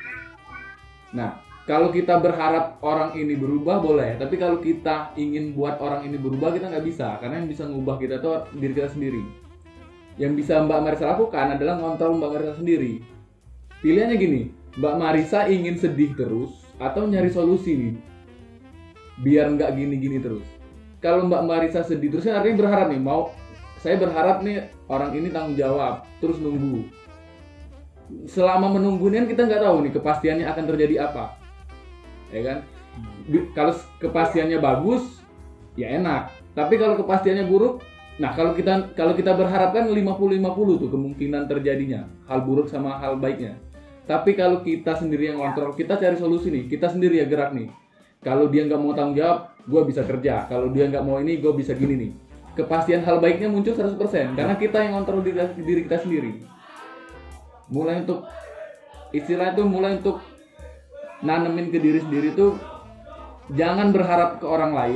Nah, kalau kita berharap orang ini berubah boleh, tapi kalau kita ingin buat orang ini berubah kita nggak bisa, karena yang bisa ngubah kita tuh diri kita sendiri. Yang bisa Mbak Marisa lakukan adalah ngontrol Mbak Marisa sendiri. Pilihannya gini, Mbak Marisa ingin sedih terus atau nyari solusi nih, biar nggak gini-gini terus. Kalau Mbak Marisa sedih terus kan artinya berharap nih, mau saya berharap nih orang ini tanggung jawab, terus nunggu. Selama menunggu ini kan kita nggak tahu nih kepastiannya akan terjadi apa, ya kan? Bi- Kalau kepastiannya bagus, ya enak. Tapi kalau kepastiannya buruk, nah kalau kita kalau kita berharap kan lima puluh lima puluh tuh kemungkinan terjadinya hal buruk sama hal baiknya. Tapi kalau kita sendiri yang kontrol, kita cari solusi nih, kita sendiri ya gerak nih. Kalau dia nggak mau tanggung jawab, gue bisa kerja. Kalau dia nggak mau ini, gue bisa gini nih. Kepastian hal baiknya muncul seratus persen karena kita yang kontrol diri, diri kita sendiri. Mulai untuk istilah itu mulai untuk nanemin ke diri sendiri tuh jangan berharap ke orang lain,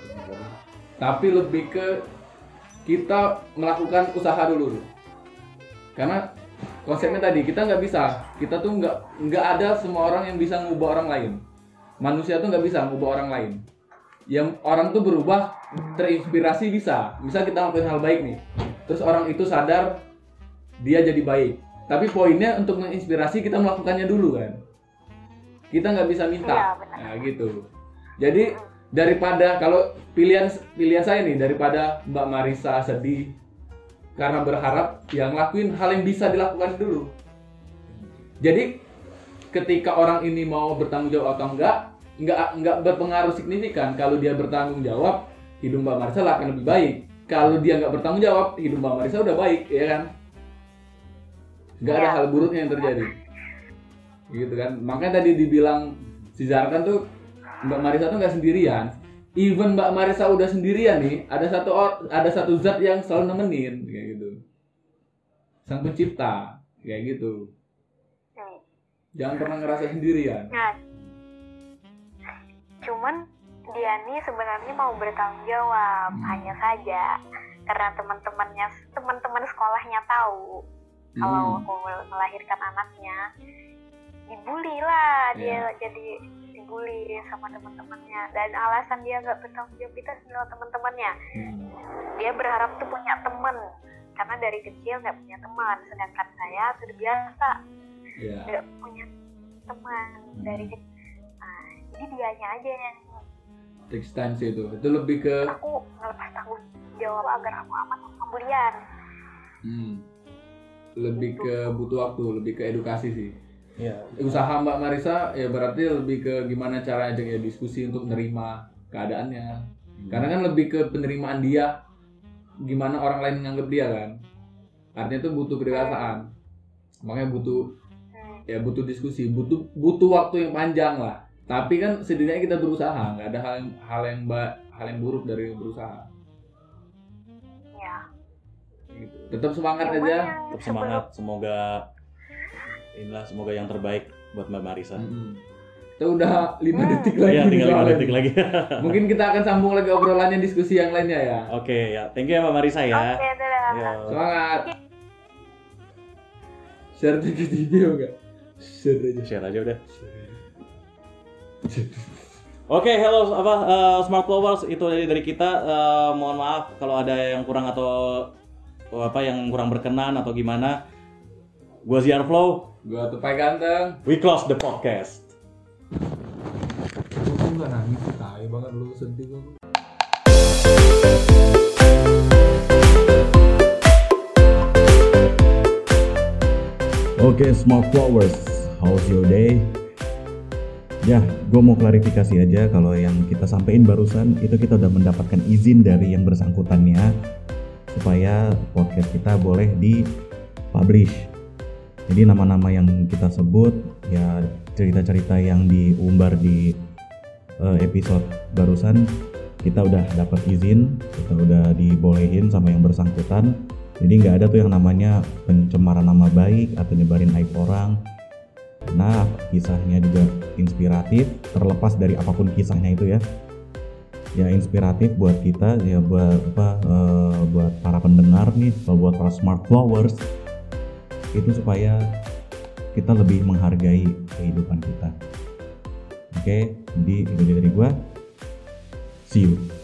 tapi lebih ke kita melakukan usaha dulu. Karena konsepnya tadi kita nggak bisa, kita tuh nggak nggak ada semua orang yang bisa ngubah orang lain. Manusia tuh nggak bisa ngubah orang lain. Yang orang tuh berubah terinspirasi bisa. Misal kita ngelakuin hal baik nih, terus orang itu sadar dia jadi baik. Tapi poinnya untuk menginspirasi kita melakukannya dulu kan. Kita nggak bisa minta. Iya, benar. Nah gitu. Jadi daripada kalau pilihan pilihan saya nih daripada Mbak Marisa sedih karena berharap yang lakuin hal yang bisa dilakukan dulu. Jadi ketika orang ini mau bertanggung jawab atau enggak, enggak enggak berpengaruh signifikan. Kalau dia bertanggung jawab, hidup Mbak Marisa akan lebih baik. Kalau dia nggak bertanggung jawab, hidup Mbak Marisa udah baik, ya kan? Nggak ada Ya. hal buruknya yang terjadi. Gitu kan. Makanya tadi dibilang si Zarkan tuh Mbak Marisa tuh nggak sendirian. Even Mbak Marisa udah sendirian nih, ada satu or, ada satu zat yang selalu nemenin kayak gitu. Sang pencipta kayak gitu. Hmm. Jangan pernah ngerasa sendirian. Nah, cuman dia nih sebenarnya mau bertanggung jawab, Hmm. hanya saja karena teman-temannya, teman-teman sekolahnya tahu kalau Hmm. aku melahirkan anaknya, dibully lah dia, Iya. jadi dibully sama teman-temannya, dan alasan dia nggak bertanggung jawab itu sama teman-temannya. Hmm. Dia berharap tuh punya teman, karena dari kecil nggak punya teman, sedangkan saya sudah biasa Ya. nggak punya teman dari kecil. Nah, jadi dianya aja yang Ekstensi itu. Itu lebih ke aku ngelepas tanggung jawab agar aku aman sama bulian. hmm, lebih ke butuh waktu, lebih ke edukasi sih. Iya. Usaha Mbak Marisa ya berarti lebih ke gimana cara ajak ya diskusi untuk nerima keadaannya. Karena kan lebih ke penerimaan dia, gimana orang lain nganggap dia kan. Artinya itu butuh kedewasaan. Makanya butuh Hmm. ya butuh diskusi, butuh butuh waktu yang panjang lah. Tapi kan setidaknya kita berusaha, nggak ada hal yang, hal yang mbak hal yang buruk dari berusaha. Ya. Gitu. Tetap semangat Cuman aja. yang Tetap semangat, semoga inilah semoga yang terbaik buat Mbak Marisa. Mm-hmm. Kita udah lima Hmm. detik lagi. Iya, nih tinggal lima soalnya. detik lagi. Mungkin kita akan sambung lagi obrolannya diskusi yang lainnya ya. Oke, ya. Thank you ya Mbak Marisa ya. Oke, dadah. Yo. Semangat. Share di video enggak? Share aja. Share aja udah. Oke, hello apa uh, Smart Flowers, itu dari dari kita. Uh, mohon maaf kalau ada yang kurang atau atau apa yang kurang berkenan atau gimana. Gua Ziar Flow. Gua Tupai Ganteng. We close the podcast. Gua enggak nangis, tai banget lu, sedih gua. Oke, Smart Flowers, how's your day? Ya, gue mau klarifikasi aja kalau yang kita sampein barusan itu kita udah mendapatkan izin dari yang bersangkutannya supaya podcast kita boleh di-publish. Jadi nama-nama yang kita sebut, ya cerita-cerita yang diumbar di uh, episode barusan kita udah dapat izin, kita udah dibolehin sama yang bersangkutan. Jadi nggak ada tuh yang namanya pencemaran nama baik atau nyebarin aib orang. Nah, kisahnya juga inspiratif, terlepas dari apapun kisahnya itu ya. Ya inspiratif buat kita, ya buat apa, uh, buat para pendengar nih, buat para Smart Flowers itu supaya kita lebih menghargai kehidupan kita. Oke, jadi itu dari gua. See you.